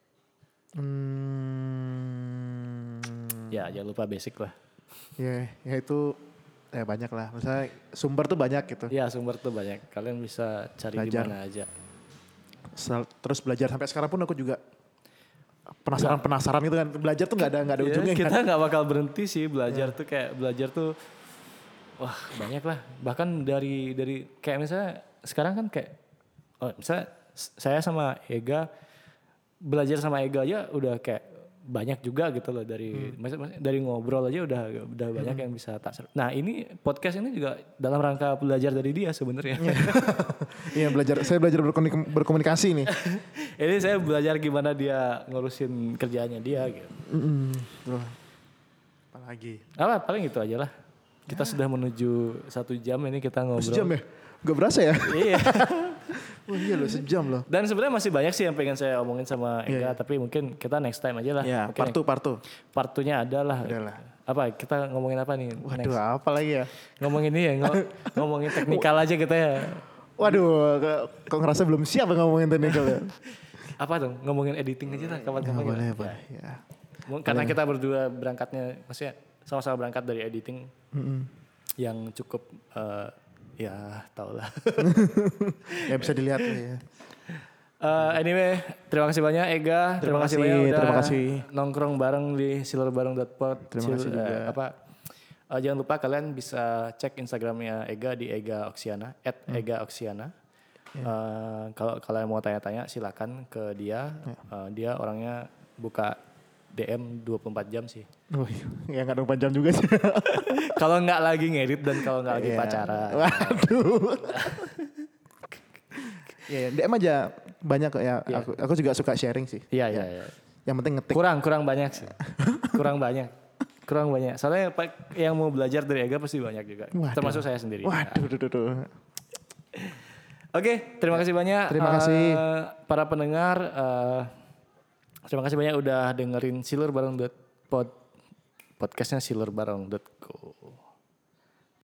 Hmm, Ya jangan lupa basic lah. ya, ya itu ya banyak lah. Misalnya sumber tuh banyak gitu. Ya sumber tuh banyak, kalian bisa cari di Belajar. mana aja. Sel- Terus belajar sampai sekarang pun aku juga penasaran-penasaran gitu kan. Belajar tuh nggak ada nggak ada Ya, ujungnya kita kan. nggak bakal berhenti sih belajar tuh kayak belajar tuh wah banyak lah, bahkan dari dari kayak misalnya sekarang kan kayak oh misalnya s- saya sama Ega belajar sama Ega aja udah kayak banyak juga gitu loh dari maksud- maksud- dari ngobrol aja udah udah banyak yang bisa tak ser- nah ini podcast ini juga dalam rangka belajar dari dia sebenarnya. Iya belajar. Saya belajar berkomunik- berkomunikasi nih. Ini saya belajar gimana dia ngurusin kerjaannya dia gitu. Mm-mm. Tuh. Apalagi? Apa paling itu aja lah. Kita sudah menuju satu jam ini kita ngobrol. Sejam ya? Gak berasa ya? Iya. Oh iya loh sejam loh. Dan sebenarnya masih banyak sih yang pengen saya omongin sama Ega, Iya, iya. tapi mungkin kita next time aja lah. Ya Mungkin partu partu. part two-nya ada lah. Ada lah. Apa kita ngomongin apa nih? Waduh Next. apa lagi ya? Ngomongin ini ya, ngo- ngomongin teknikal aja kita ya. Waduh kok, kok ngerasa belum siap ngomongin teknikal ya? Apa dong? Ngomongin editing aja lah Ya, kapan-kapan. boleh ya. boleh ya. Mungkin Karena kita berdua berangkatnya, maksudnya sama-sama berangkat dari editing Mm-mm. yang cukup eh, ya tau lah. Ya bisa dilihat ya. Eh, anyway, terima kasih banyak Ega. Terima kasih, banyak udah terima kasih. nongkrong bareng di silurbareng dot pod. Terima kasih Sil- juga. eh, apa? eh, jangan lupa kalian bisa cek Instagramnya Ega di Ega Oksiana, at Hmm. Ega Oksiana. Ya. Eh, kalau kalian mau tanya-tanya silakan ke dia. Ya. Eh, dia orangnya buka D M dua puluh empat jam sih. Oh, ya nggak dong jam juga sih. Kalau nggak lagi ngedit dan kalau nggak lagi Iya. pacaran. Waduh. Ya, D M aja banyak kok ya. Iya. Aku, aku juga suka sharing sih. Iya, iya, iya. Yang penting ngetik. Kurang, kurang banyak sih. kurang banyak. Kurang banyak. Soalnya Pak, yang mau belajar dari Ega pasti banyak juga. Waduh. Termasuk saya sendiri. Waduh, duh, duh, duh. Oke, terima kasih banyak. Terima eh, kasih. para pendengar. eh, terima kasih banyak udah dengerin Siler Bareng dot pod podcastnya siler bareng dot co.